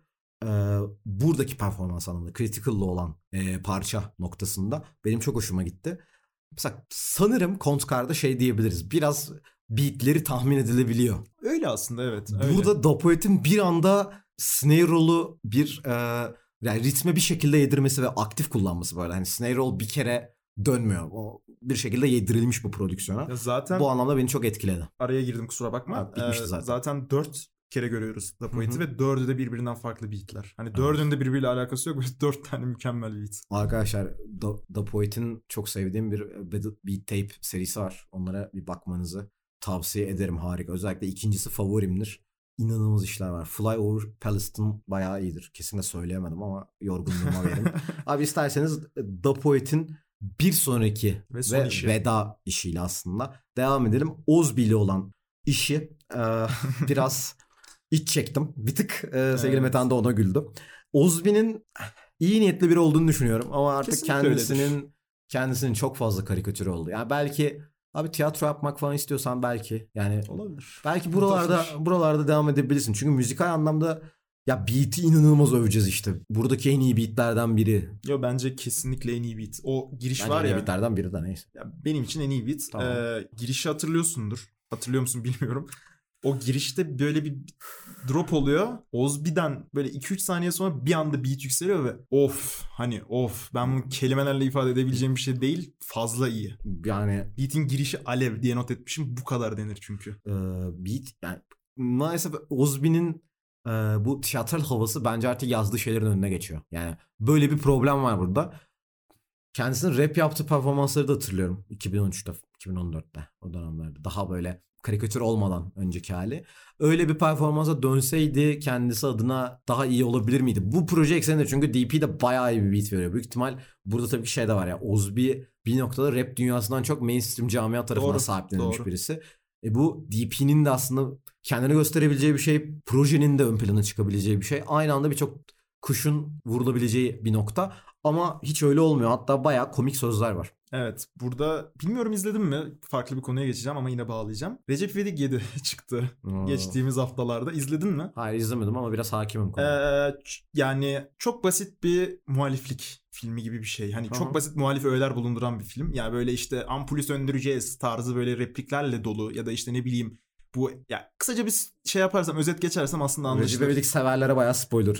A: buradaki performans anlamında Critical'lı olan parça noktasında benim çok hoşuma gitti. Mesela sanırım Kontkar'da şey diyebiliriz. Biraz beat'leri tahmin edilebiliyor.
B: Öyle aslında evet. Öyle.
A: Burada Dapoet'in bir anda snare roll'u bir e, yani ritme bir şekilde yedirmesi ve aktif kullanması böyle. Hani snare roll bir kere dönmüyor. O bir şekilde yedirilmiş bu prodüksiyona.
B: Ya zaten
A: bu anlamda beni çok etkiledi.
B: Araya girdim kusura bakma.
A: Ha, bitmişti zaten.
B: Ee, zaten dört kere görüyoruz Dapoet'i ve dördü de birbirinden farklı beatler. Hani dördünün de birbiriyle alakası yok. Dört tane mükemmel beat.
A: Arkadaşlar Dapoet'in çok sevdiğim bir beat tape serisi var. Onlara bir bakmanızı tavsiye ederim. Harika. Özellikle ikincisi favorimdir. İnanılmaz işler var. Fly Over Palestine bayağı iyidir. Kesinlikle söyleyemedim ama yorgunluğuma verin. Abi isterseniz Dapoet'in bir sonraki ve, ve işi. veda işiyle aslında devam edelim. Ozbi ile olan işi e, biraz iç çektim. Bir tık e, sevgili evet. Metehan da ona güldü. Ozbi'nin iyi niyetli biri olduğunu düşünüyorum ama artık Kesinlikle kendisinin öyledir. kendisinin çok fazla karikatürü oldu. Yani belki abi tiyatro yapmak falan istiyorsan belki yani
B: olabilir.
A: Belki buralarda buralarda devam edebilirsin. Çünkü müzikal anlamda ya beat'i inanılmaz öveceğiz işte. Buradaki en iyi beat'lerden biri.
B: Yo bence kesinlikle en iyi beat. O giriş
A: bence
B: var ya.
A: en iyi beat'lerden biri de neyse.
B: Ya benim için en iyi beat. Tamam. Ee, girişi hatırlıyorsundur. Hatırlıyor musun bilmiyorum. O girişte böyle bir drop oluyor. Ozbi'den böyle iki üç saniye sonra bir anda beat yükseliyor ve of hani of ben bunu kelimelerle ifade edebileceğim bir şey değil. Fazla iyi.
A: Yani
B: beat'in girişi alev diye not etmişim. Bu kadar denir çünkü.
A: Ee, beat yani maalesef Ozbi'nin e, bu tiyatral havası bence artık yazdığı şeylerin önüne geçiyor. Yani böyle bir problem var burada. Kendisinin rap yaptığı performansları da hatırlıyorum. iki bin on üçte, iki bin on dörtte o dönemlerde. Daha böyle karikatür olmadan önceki hali. Öyle bir performansa dönseydi kendisi adına daha iyi olabilir miydi? Bu proje ekseninde çünkü D P de bayağı iyi bir beat veriyor. Büyük ihtimal burada tabii ki şey de var ya. Ozbi bir noktada rap dünyasından çok mainstream camia tarafından doğru, sahiplenilmiş doğru. birisi. E bu D P'nin de aslında kendini gösterebileceği bir şey, projenin de ön plana çıkabileceği bir şey. Aynı anda birçok kuşun vurulabileceği bir nokta. Ama hiç öyle olmuyor. Hatta bayağı komik sözler var.
B: Evet. Burada bilmiyorum izledin mi? Farklı bir konuya geçeceğim ama yine bağlayacağım. Recep İvedik yedi çıktı. Oo. Geçtiğimiz haftalarda. İzledin mi?
A: Hayır izlemedim ama biraz hakimim konuya.
B: Ee, yani çok basit bir muhaliflik filmi gibi bir şey. Hani Aha. çok basit muhalif öğeler bulunduran bir film. Yani böyle işte ampulü söndüreceğiz tarzı böyle repliklerle dolu ya da işte ne bileyim bu ya kısaca bir şey yaparsam özet geçersem aslında anlaşılır.
A: Recep İvedik severlere bayağı spoiler.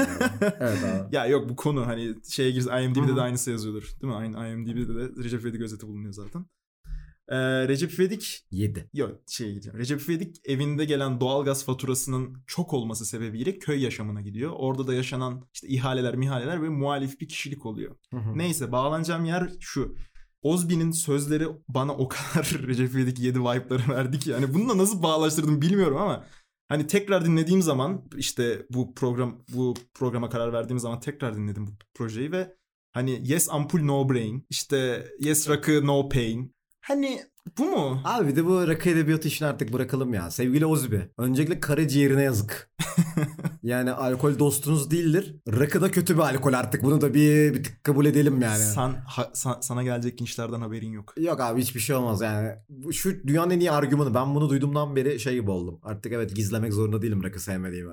B: Evet abi. Ya yok bu konu hani şeye girse I M D B'de de aynısı yazıyordur. Değil mi? Aynı I M D B'de de Recep İvedik özeti bulunuyor zaten. Ee, Recep İvedik
A: yedi.
B: Yok şey diyeceğim. Recep İvedik evinde gelen doğalgaz faturasının çok olması sebebiyle köy yaşamına gidiyor. Orada da yaşanan işte ihaleler mihaleler ve muhalif bir kişilik oluyor.
A: Hı hı.
B: Neyse bağlanacağım yer şu. Ozbi'nin sözleri bana o kadar Recep İvedik yedi vibe'ları verdi ki. Yani bununla nasıl bağlaştırdım bilmiyorum ama hani tekrar dinlediğim zaman işte bu program bu programa karar verdiğim zaman tekrar dinledim bu projeyi ve hani yes ampul no brain, işte yes rakı no pain. Hani bu mu?
A: Abi bir de bu rakı edebiyatı işini artık bırakalım ya. Sevgili Ozbi. Öncelikle karaciğerine yazık. Yani alkol dostunuz değildir. Rakı da kötü bir alkol artık. Bunu da bir, bir tık kabul edelim yani.
B: San, ha, san, sana gelecek linçlerden haberin yok.
A: Yok abi hiçbir şey olmaz yani. Şu dünyanın en iyi argümanı. Ben bunu duyduğumdan beri şey gibi oldum. Artık evet gizlemek zorunda değilim rakı sevmediğimi.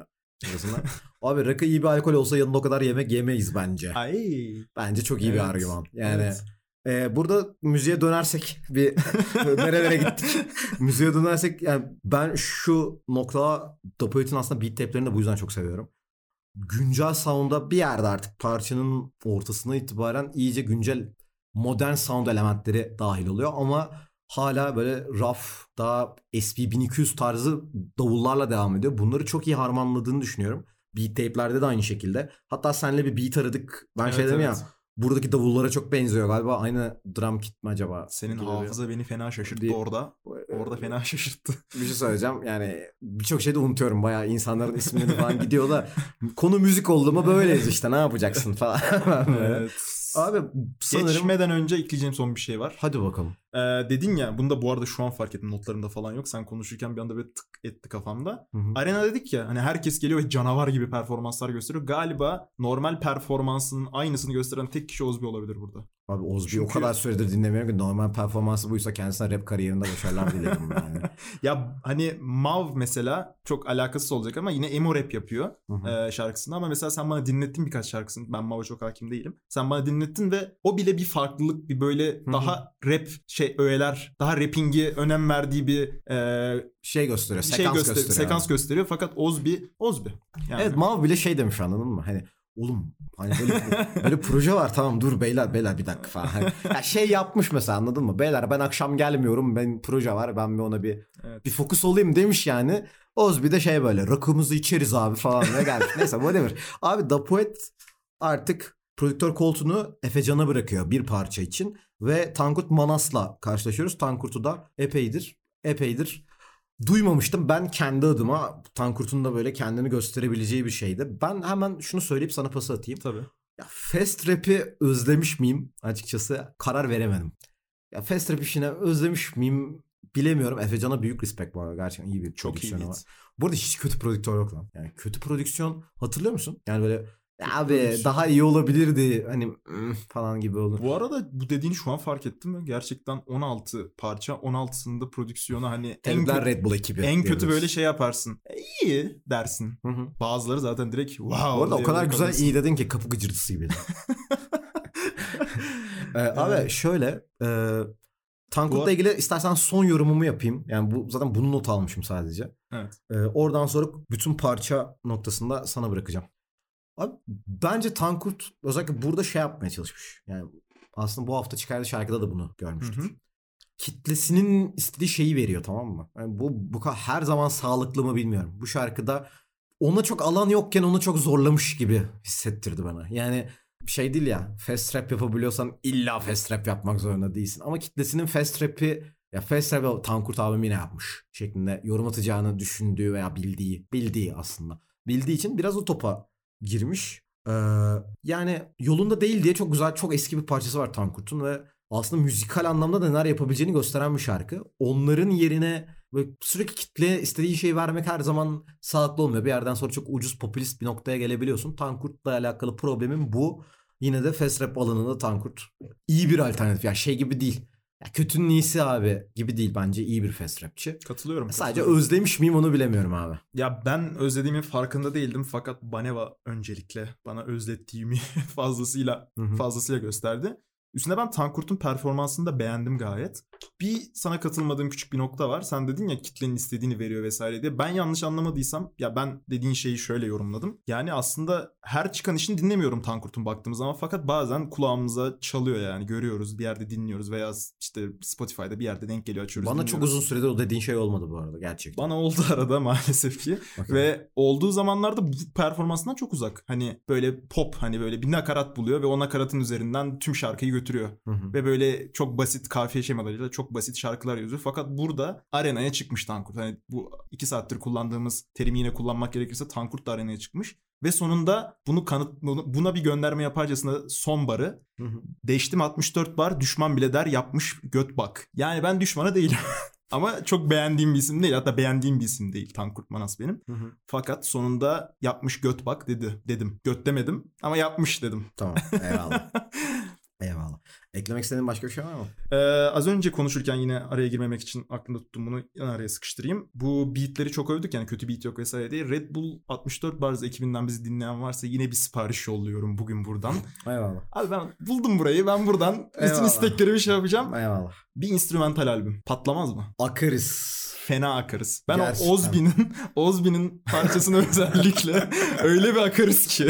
A: Abi rakı iyi bir alkol olsa yanında o kadar yemek yemeyiz bence.
B: Ay.
A: Bence çok iyi
B: evet.
A: bir argüman. Yani
B: evet.
A: e, burada müziğe dönersek bir nerelere gittik. Müziğe dönersek yani ben şu noktada Dapoet'in aslında beat tape'lerini de bu yüzden çok seviyorum. Güncel sound'a bir yerde artık parçanın ortasına itibaren iyice güncel modern sound elementleri dahil oluyor ama hala böyle rough, daha S P bin iki yüz tarzı davullarla devam ediyor. Bunları çok iyi harmanladığını düşünüyorum. Beat tape'lerde de aynı şekilde. Hatta seninle bir beat aradık. Ben
B: evet,
A: şey dedim
B: evet.
A: ya, buradaki davullara çok benziyor galiba. Aynı drum kit mi acaba?
B: Senin
A: gibi
B: hafıza bir... beni fena şaşırttı
A: bir...
B: orada. Orada fena şaşırttı.
A: Bir şey söyleyeceğim. Yani birçok şeyde unutuyorum. Bayağı insanların isimlerini falan gidiyor da konu müzik oldu mu böyleyiz işte. Ne yapacaksın falan.
B: evet.
A: Abi sanırım...
B: Geçmeden önce ekleyeceğim son bir şey var.
A: Hadi bakalım.
B: Ee, dedin ya, bunu da bu arada şu an fark ettim, notlarımda falan yok. Sen konuşurken bir anda böyle tık etti kafamda. Hı hı. Arena dedik ya, hani herkes geliyor ve canavar gibi performanslar gösteriyor. Galiba normal performansının aynısını gösteren tek kişi Ozbi olabilir burada.
A: Abi Ozbi Çünkü... o kadar süredir dinlemiyorum ki normal performansı buysa kendisine rap kariyerinde başarılar dilerim yani.
B: Ya hani Mav mesela çok alakasız olacak ama yine emo rap yapıyor e, şarkısında. Ama mesela sen bana dinlettin birkaç şarkısını. Ben Mav'a çok hakim değilim. Sen bana dinlettin ve o bile bir farklılık, bir böyle Hı-hı. daha rap şey öğeler, daha rapping'i önem verdiği bir e,
A: şey gösteriyor.
B: Şey
A: sekans
B: göster-
A: gösteriyor.
B: Sekans gösteriyor fakat Ozbi, Ozbi.
A: Yani. Evet, Mav bile şey demiş, anladın mı? Hani oğlum hani böyle, böyle proje var, tamam dur beyler beyler bir dakika falan. Hani, ya şey yapmış mesela, anladın mı? Beyler ben akşam gelmiyorum, ben proje var, ben bir ona bir evet. bir fokus olayım demiş yani. Ozbi de şey böyle rakımızı içeriz abi falan diye gelmiş. Neyse whatever. Abi Dapoet artık prodüktör koltuğunu Efecan'a bırakıyor bir parça için ve Tankurt Manas'la karşılaşıyoruz. Tankurt'u da epeydir epeydir duymamıştım. Ben kendi adıma Tankurt'un da böyle kendini gösterebileceği bir şeydi. Ben hemen şunu söyleyip sana pas atayım.
B: Tabii.
A: Ya fast rap'i özlemiş miyim? Açıkçası karar veremedim. Ya fast rap işine özlemiş miyim bilemiyorum. Efecan'a büyük respect var. Gerçekten iyi bir
B: çok
A: prodüksiyonu
B: iyi
A: var. Bu arada hiç kötü prodüktör yok lan. Yani kötü prodüksiyon hatırlıyor musun? Yani böyle ya abi daha iyi olabilirdi hani falan gibi olur.
B: Bu arada bu dediğini şu an fark ettim mi? Gerçekten on altı parça, on altısında prodüksiyonu hani
A: en kötü Red Bull ekibi.
B: En kötü diyoruz. Böyle şey yaparsın. E, iyi dersin. Hı hı. Bazıları zaten direkt wow.
A: Bu arada o kadar güzel kalırsın. İyi dedin ki kapı gıcırtısı gibi. ee, abi şöyle e, Tankurt'la ilgili istersen son yorumumu yapayım. Yani bu zaten bunu not almışım sadece.
B: Evet.
A: Ee, oradan sonra bütün parça noktasında sana bırakacağım. Abi bence Tankurt özellikle burada şey yapmaya çalışmış. Yani aslında bu hafta çıkardığı şarkıda da bunu görmüştük. Hı hı. Kitlesinin istediği şeyi veriyor, tamam mı? Yani bu bu kadar her zaman sağlıklı mı bilmiyorum. Bu şarkıda ona çok alan yokken onu çok zorlamış gibi hissettirdi bana. Yani şey değil ya, fast rap yapabiliyorsan illa fast rap yapmak zorunda değilsin. Ama kitlesinin fast rap'i, ya fast rap Tankurt abim yine yapmış şeklinde yorum atacağını düşündüğü veya bildiği, bildiği aslında. Bildiği için biraz o topa girmiş. Ee, yani yolunda değil diye çok güzel, çok eski bir parçası var Tankurt'un ve aslında müzikal anlamda da neler yapabileceğini gösteren bir şarkı. Onların yerine böyle sürekli kitleye istediği şeyi vermek her zaman sağlıklı olmuyor. Bir yerden sonra çok ucuz popülist bir noktaya gelebiliyorsun. Tankurt'la alakalı problemim bu. Yine de fast rap alanında Tankurt iyi bir alternatif. Yani şey gibi değil. Ya kötünün iyisi abi gibi değil, bence iyi bir fast rapçi.
B: Katılıyorum.
A: Sadece
B: katılıyorum.
A: özlemiş miyim onu bilemiyorum abi.
B: Ya ben özlediğimin farkında değildim fakat Baneva öncelikle bana özlettiğimi fazlasıyla Hı-hı. fazlasıyla gösterdi. Üstüne ben Tankurt'un performansını da beğendim gayet. Bir sana katılmadığım küçük bir nokta var. Sen dedin ya kitlenin istediğini veriyor vesaire diye. Ben yanlış anlamadıysam ya ben dediğin şeyi şöyle yorumladım. Yani aslında her çıkan işini dinlemiyorum Tankurt'un baktığımız zaman. Fakat bazen kulağımıza çalıyor yani. Görüyoruz, bir yerde dinliyoruz veya işte Spotify'da bir yerde denk geliyor, açıyoruz.
A: Bana
B: dinliyoruz.
A: çok uzun süredir o dediğin şey olmadı bu arada gerçekten.
B: Bana oldu arada maalesef ki. Okay. Ve olduğu zamanlarda bu performansından çok uzak. Hani böyle pop, hani böyle bir nakarat buluyor ve o nakaratın üzerinden tüm şarkıyı götürüyor. Hı hı. Ve böyle çok basit kafiye şemalarıyla çok basit şarkılar yazıyor. Fakat burada arenaya çıkmış Tankurt. Hani bu iki saattir kullandığımız terimi yine kullanmak gerekirse Tankurt da arenaya çıkmış. Ve sonunda bunu kanıt buna bir gönderme yaparcasına son barı hı hı. Değiştim altmış dört bar, düşman bile der yapmış göt bak. Yani ben düşmana değilim. Ama çok beğendiğim bir isim değil. Hatta beğendiğim bir isim değil Tankurt Manas benim. Hı hı. Fakat sonunda yapmış göt bak dedi. Dedim. Göt demedim ama yapmış dedim.
A: Tamam. Eyvallah. Eyvallah. Eklemek istediğin başka bir şey var mı?
B: Ee, az önce konuşurken yine araya girmemek için aklımda tuttum, bunu yine araya sıkıştırayım. Bu beatleri çok övdük yani, kötü beat yok vesaire diye. Red Bull altmış dört Bars ekibinden bizi dinleyen varsa yine bir sipariş yolluyorum bugün buradan.
A: Eyvallah.
B: Abi ben buldum burayı. Ben buradan bütün isteklerimi şey yapacağım.
A: Eyvallah.
B: Bir instrumental albüm. Patlamaz mı?
A: Akarız.
B: Fena akarız. Ben
A: Gerçekten.
B: o Ozbi'nin Ozbi'nin parçasını özellikle öyle bir akarız ki.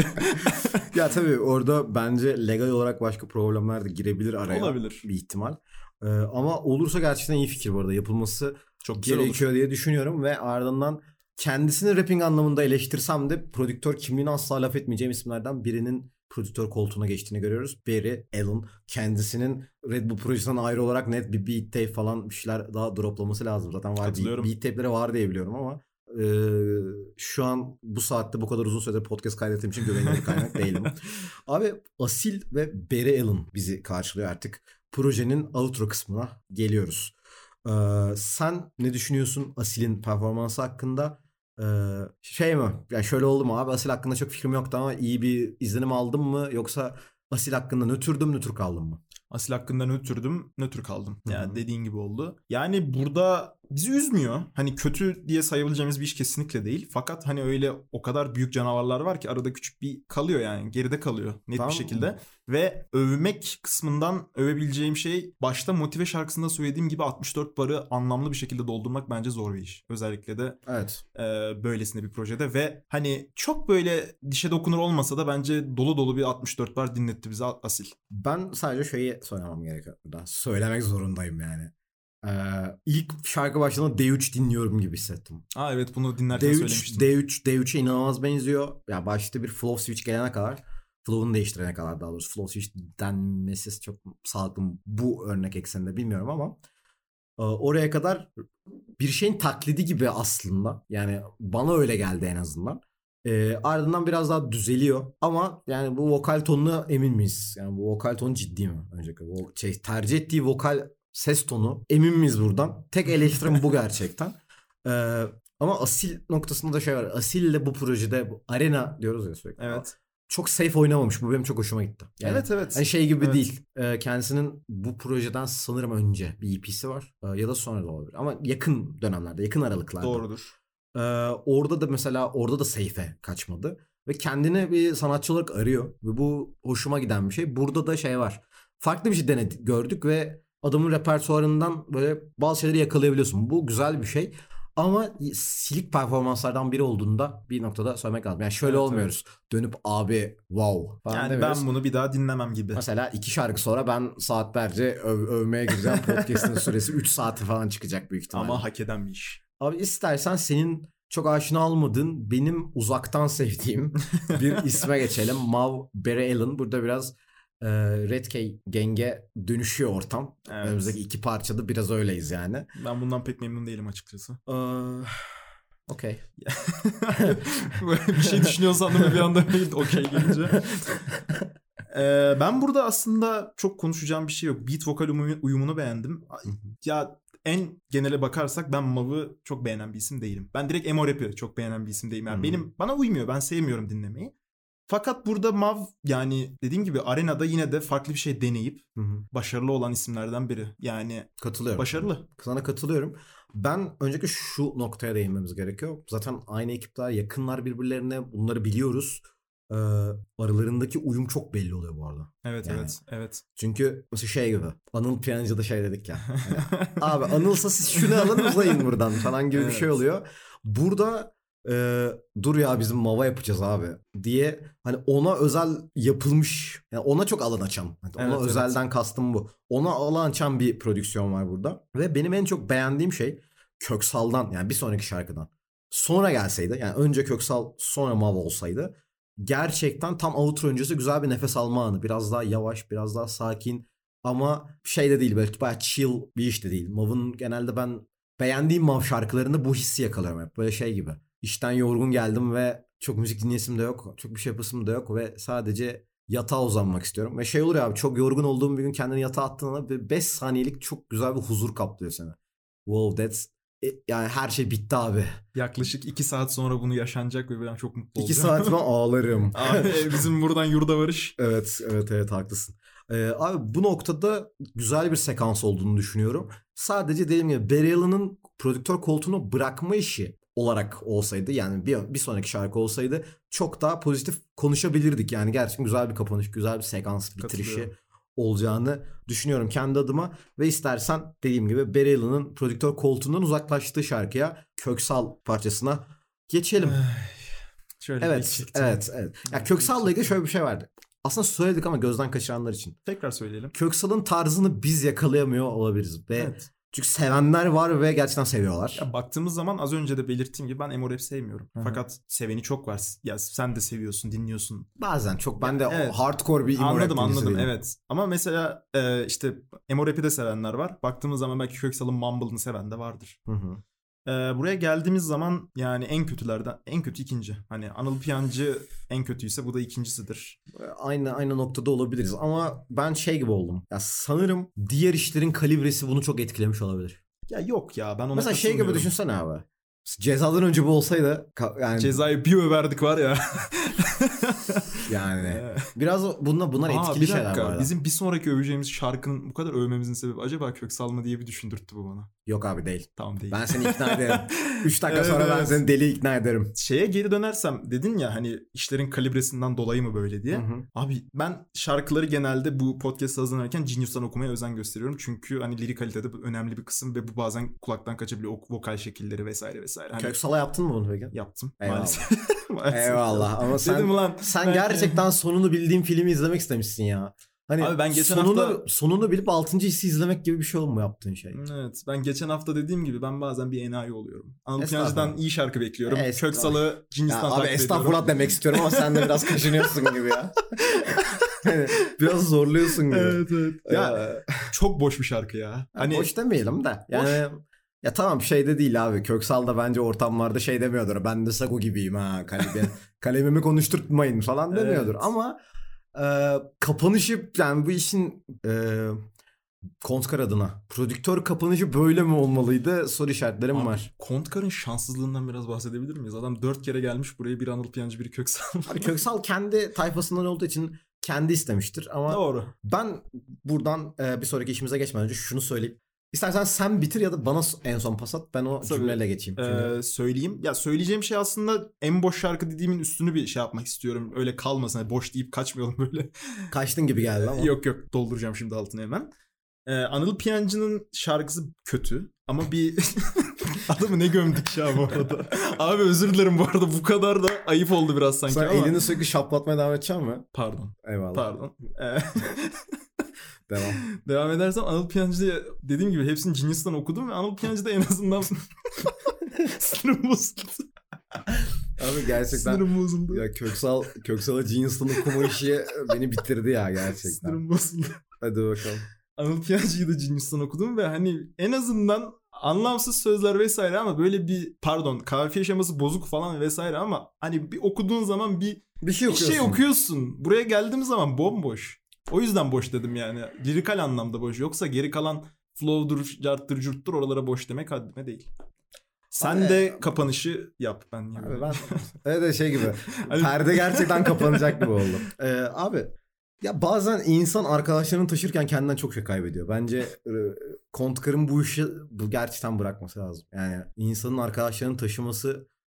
A: Ya tabii orada bence legal olarak başka problemler de girebilir araya.
B: Olabilir.
A: Bir ihtimal. Ee, ama olursa gerçekten iyi fikir bu arada. Yapılması
B: çok
A: gerekiyor diye düşünüyorum ve ardından kendisini rapping anlamında eleştirsem de prodüktör kimliğini asla laf etmeyeceğim isimlerden birinin prodüktör koltuğuna geçtiğini görüyoruz. Barry Allen. Kendisinin Red Bull projesinden ayrı olarak net bir beat tape falan bir şeyler daha droplaması lazım. Zaten var, beat tape'leri var diye biliyorum ama Ee, şu an bu saatte bu kadar uzun süredir podcast kaydettiğim için güvenilir bir kaynak değilim. Abi Asil ve Barry Allen bizi karşılıyor artık. Projenin outro kısmına geliyoruz. Ee, sen ne düşünüyorsun Asil'in performansı hakkında? Ee, şey mi? Yani şöyle oldu mu abi? Asil hakkında çok fikrim yoktu ama iyi bir izlenim aldım mı? Yoksa Asil hakkında nötrdüm, nötr kaldım mı?
B: Asil hakkında nötrdüm, nötr kaldım. Yani Hı-hı. dediğin gibi oldu. Yani burada bizi üzmüyor. Hani kötü diye sayabileceğimiz bir iş kesinlikle değil. Fakat hani öyle o kadar büyük canavarlar var ki arada küçük bir kalıyor yani. Geride kalıyor net tamam. bir şekilde. Ve övmek kısmından övebileceğim şey, başta Motive şarkısında söylediğim gibi altmış dört barı anlamlı bir şekilde doldurmak bence zor bir iş. Özellikle de
A: evet.
B: e, böylesine bir projede ve hani çok böyle dişe dokunur olmasa da bence dolu dolu bir altmış dört bar dinletti bize Asil.
A: Ben sadece şeyi söylemem gerekiyor burada. Söylemek zorundayım yani. Ee, ilk şarkı başladığında D üç dinliyorum gibi hissettim.
B: Aa evet, bunu dinlerken
A: D üç,
B: söylemiştim.
A: D üç, D üç'e inanılmaz benziyor. Ya yani başta bir flow switch gelene kadar, flow'unu değiştirene kadar daha doğrusu. Flow switch denmesi çok sağlıklı bu örnek ekseninde bilmiyorum ama e, oraya kadar bir şeyin taklidi gibi aslında. Yani bana öyle geldi en azından. E, ardından biraz daha düzeliyor ama yani bu vokal tonuna emin miyiz? Yani bu vokal tonu ciddi mi? Önceki o şey, tercih ettiği vokal ses tonu, emin miyiz buradan? Tek eleştirim bu gerçekten. Ee, ama Asil noktasında da şey var. Asil ile bu projede bu arena diyoruz ya sürekli.
B: Evet.
A: Çok safe oynamamış. Bu benim çok hoşuma gitti. Yani,
B: evet evet.
A: Hani şey gibi
B: evet.
A: değil. Ee, kendisinin bu projeden sanırım önce bir E P'si var. Ee, ya da sonra da olabilir. Ama yakın dönemlerde, yakın aralıklarda.
B: Doğrudur.
A: Ee, orada da mesela orada da safe'e kaçmadı. Ve kendini bir sanatçı olarak arıyor. Ve bu hoşuma giden bir şey. Burada da şey var. Farklı bir şey denedik, gördük ve adamın repertuarından böyle bazı şeyleri yakalayabiliyorsun. Bu güzel bir şey. Ama silik performanslardan biri olduğunda bir noktada söylemek lazım. Yani şöyle evet, olmuyoruz. Evet. Dönüp abi wow falan
B: yani
A: demiyoruz.
B: Ben bunu bir daha dinlemem gibi.
A: Mesela iki şarkı sonra ben saatlerce öv- övmeye gireceğim. Podcast'ın süresi üç saati falan çıkacak büyük ihtimalle.
B: Ama hak eden bir iş.
A: Abi istersen senin çok aşina olmadığın, benim uzaktan sevdiğim bir isme geçelim. Mav Barry Allen. Burada biraz e, Red K Gang'e dönüşüyor ortam. Evet. Önümüzdeki iki parçada biraz öyleyiz yani.
B: Ben bundan pek memnun değilim açıkçası.
A: Ee, Okey.
B: Bir şey düşünüyor sandım bir anda okey gelince. ee, ben burada aslında çok konuşacağım bir şey yok. Beat vokal uyumunu beğendim. Ya en genele bakarsak ben Mav'ı çok beğenen bir isim değilim. Ben direkt emo rap'i çok beğenen bir isim değilim. Yani benim bana uymuyor. Ben sevmiyorum dinlemeyi. Fakat burada Mav, yani dediğim gibi arenada yine de farklı bir şey deneyip hı hı. başarılı olan isimlerden biri. Yani
A: katılıyorum.
B: Başarılı.
A: Sana katılıyorum. Ben önceki şu noktaya değinmemiz gerekiyor. Zaten aynı ekipler, yakınlar birbirlerine, bunları biliyoruz. e, aralarındaki uyum çok belli oluyor bu arada.
B: Evet
A: yani,
B: evet evet.
A: Çünkü mesela şey gibi Anıl Piyancı'da şey dedik ya. Yani, abi Anıl'sa siz şunu alın uzayın buradan falan gibi evet. bir şey oluyor. Burada e, dur ya bizim Mava yapacağız abi diye hani ona özel yapılmış, yani ona çok alan açan. Yani ona evet, özelden evet. kastım bu. Ona alan açan bir prodüksiyon var burada. Ve benim en çok beğendiğim şey Köksal'dan, yani bir sonraki şarkıdan sonra gelseydi, yani önce Köksal sonra Mava olsaydı gerçekten tam outro öncesi güzel bir nefes alma anı. Biraz daha yavaş, biraz daha sakin ama şey de değil, belki bayağı chill bir iş de değil. Mav'ın genelde ben beğendiğim Mav şarkılarında bu hissi yakalıyorum hep. Böyle şey gibi. İşten yorgun geldim ve çok müzik dinleyesim de yok. Çok bir şey yapasım da yok ve sadece yatağa uzanmak istiyorum. Ve şey olur ya abi, çok yorgun olduğum bir gün kendini yatağa attığında beş saniyelik çok güzel bir huzur kaplıyor seni. Wow, that's... Yani her şey bitti abi.
B: Yaklaşık iki saat sonra bunu yaşanacak ve ben çok mutlu olacağım.
A: iki saat ben ağlarım.
B: Abi bizim buradan yurda varış.
A: Evet evet evet haklısın. Ee, abi bu noktada güzel bir sekans olduğunu düşünüyorum. Sadece dediğim gibi Barry Allen'ın prodüktör koltuğunu bırakma işi olarak olsaydı, yani bir, bir sonraki şarkı olsaydı çok daha pozitif konuşabilirdik. Yani gerçekten güzel bir kapanış, güzel bir sekans bitirişi olacağını düşünüyorum kendi adıma. Ve istersen dediğim gibi Barry Allen'ın prodüktör koltuğundan uzaklaştığı şarkıya, Köksal parçasına geçelim.
B: Şöyle
A: evet, evet, evet. Ya Köksal'la ilgili şöyle bir şey vardı. Aslında söyledik ama gözden kaçıranlar için.
B: Tekrar söyleyelim.
A: Köksal'ın tarzını biz yakalayamıyor olabiliriz. Ve evet. Çünkü sevenler var ve gerçekten seviyorlar.
B: Ya baktığımız zaman az önce de belirttiğim gibi ben emo rap sevmiyorum. Hı-hı. Fakat seveni çok var. Ya sen de seviyorsun, dinliyorsun.
A: Bazen çok. Ben de evet. hardcore bir emo rap
B: Anladım anladım
A: değilim.
B: Evet. Ama mesela e, işte emo rap'i de sevenler var. Baktığımız zaman belki Köksal'ın Mumble'ını seven de vardır. Hı hı. Ee, buraya geldiğimiz zaman yani en kötülerden en kötü ikinci. Hani Anıl Piyancı en kötüyse bu da ikincisidir.
A: Aynı aynı noktada olabiliriz ama ben şey gibi oldum. Ya sanırım diğer işlerin kalibresi bunu çok etkilemiş olabilir.
B: Ya yok ya ben ona
A: mesela şey gibi düşünsene abi. Cezadan önce bu olsaydı yani
B: Cezayı bir överdik var ya.
A: yani biraz bunlar bunlar Aa, etkili şeyler var.
B: Bizim bir sonraki öveceğimiz şarkının bu kadar övmemizin sebebi acaba Köksal mı diye bir düşündürttü bu bana.
A: Yok abi değil.
B: Tamam değil.
A: Ben seni ikna ederim. üç dakika evet, sonra evet. ben seni deli ikna ederim.
B: Şeye geri dönersem dedin ya hani işlerin kalibresinden dolayı mı böyle diye. Hı hı. Abi ben şarkıları genelde bu podcast hazırlanırken Genius'tan okumaya özen gösteriyorum. Çünkü hani lirik kalitede önemli bir kısım ve bu bazen kulaktan kaçabiliyor. O vokal şekilleri vesaire vesaire. Hani...
A: Köksal'a yaptın mı bunu peki?
B: Yaptım.
A: Eyvallah.
B: Maalesef. maalesef.
A: Eyvallah ama sen, lan, sen ben... gerçekten sonunu bildiğin filmi izlemek istemişsin ya. Hani abi ben geçen sonunu, hafta sonunu bilip altıncı hissi izlemek gibi bir şey oldu mu yaptığın şey?
B: Evet. Ben geçen hafta dediğim gibi ben bazen bir enayi oluyorum. Anıl Piyancı'dan iyi şarkı bekliyorum. Köksal'ı Genius'tan takip ediyorum.
A: Abi estağfurullah demek istiyorum ama sen de biraz kaşınıyorsun gibi ya. Biraz zorluyorsun gibi.
B: Evet evet. Ya çok boş bir şarkı ya.
A: Hani boş demeyelim de. Yani boş. Ya tamam şey de değil abi. Köksal da bence ortamlarda şey demiyordur. Ben de Sago gibiyim ha. Kalemi, kalemimi konuşturtmayın falan demiyordur. Evet. Ama e, kapanışı yani bu işin e, Kontkar adına prodüktör kapanışı böyle mi olmalıydı? Soru işaretlerim abi, var.
B: Kontkar'ın şanssızlığından biraz bahsedebilir miyiz? Adam dört kere gelmiş buraya, bir Anıl Piyancı, bir Köksal.
A: Abi Köksal kendi tayfasından olduğu için kendi istemiştir ama
B: doğru.
A: Ben buradan e, bir sonraki işimize geçmeden önce şunu söyleyeyim. İstersen sen bitir ya da bana en son pas at, ben o Tabii. cümleyle geçeyim.
B: Ee, söyleyeyim. Ya söyleyeceğim şey aslında en boş şarkı dediğimin üstünü bir şey yapmak istiyorum. Öyle kalmasın. Yani boş deyip kaçmayalım böyle.
A: Kaçtın gibi geldi ama.
B: Yok yok, dolduracağım şimdi altını hemen. Ee, Anıl Piyancı'nın şarkısı kötü ama bir adamı ne gömdük ya bu arada. Abi özür dilerim bu arada, bu kadar da ayıp oldu biraz sanki.
A: Sen
B: ama...
A: elini sürekli şaplatmaya devam edeceksin mi?
B: Pardon.
A: Eyvallah.
B: Pardon.
A: Devam.
B: Devam edersem Anıl Piyancı'da dediğim gibi hepsini Genius'tan okudum ve Anıl Piyancı'da en azından sinirim bozuldu.
A: Abi gerçekten
B: sinirim bozuldu.
A: Ya Köksal, Köksal'a Genius'tan okuma işi beni bitirdi ya gerçekten.
B: Sinirim bozuldu.
A: Hadi bakalım.
B: Anıl Piyancı'yı da Genius'tan okudum ve hani en azından anlamsız sözler vesaire ama böyle bir pardon kafiye şeması bozuk falan vesaire ama hani bir okuduğun zaman bir
A: bir şey okuyorsun.
B: Bir şey okuyorsun. Buraya geldiğim zaman bomboş. O yüzden boş dedim yani. Lirikal anlamda boş. Yoksa geri kalan flow'dur, carttır, curttur oralara boş demek haddime değil. Sen abi, de kapanışı yap. Ben
A: abi ben öyle de şey gibi. Perde gerçekten kapanacak gibi oldu. Ee, abi ya bazen insan arkadaşlarını taşırken kendinden çok şey kaybediyor. Bence e, Kontkar'ın bu işi bu gerçekten bırakması lazım. Yani insanın arkadaşlarını taşıması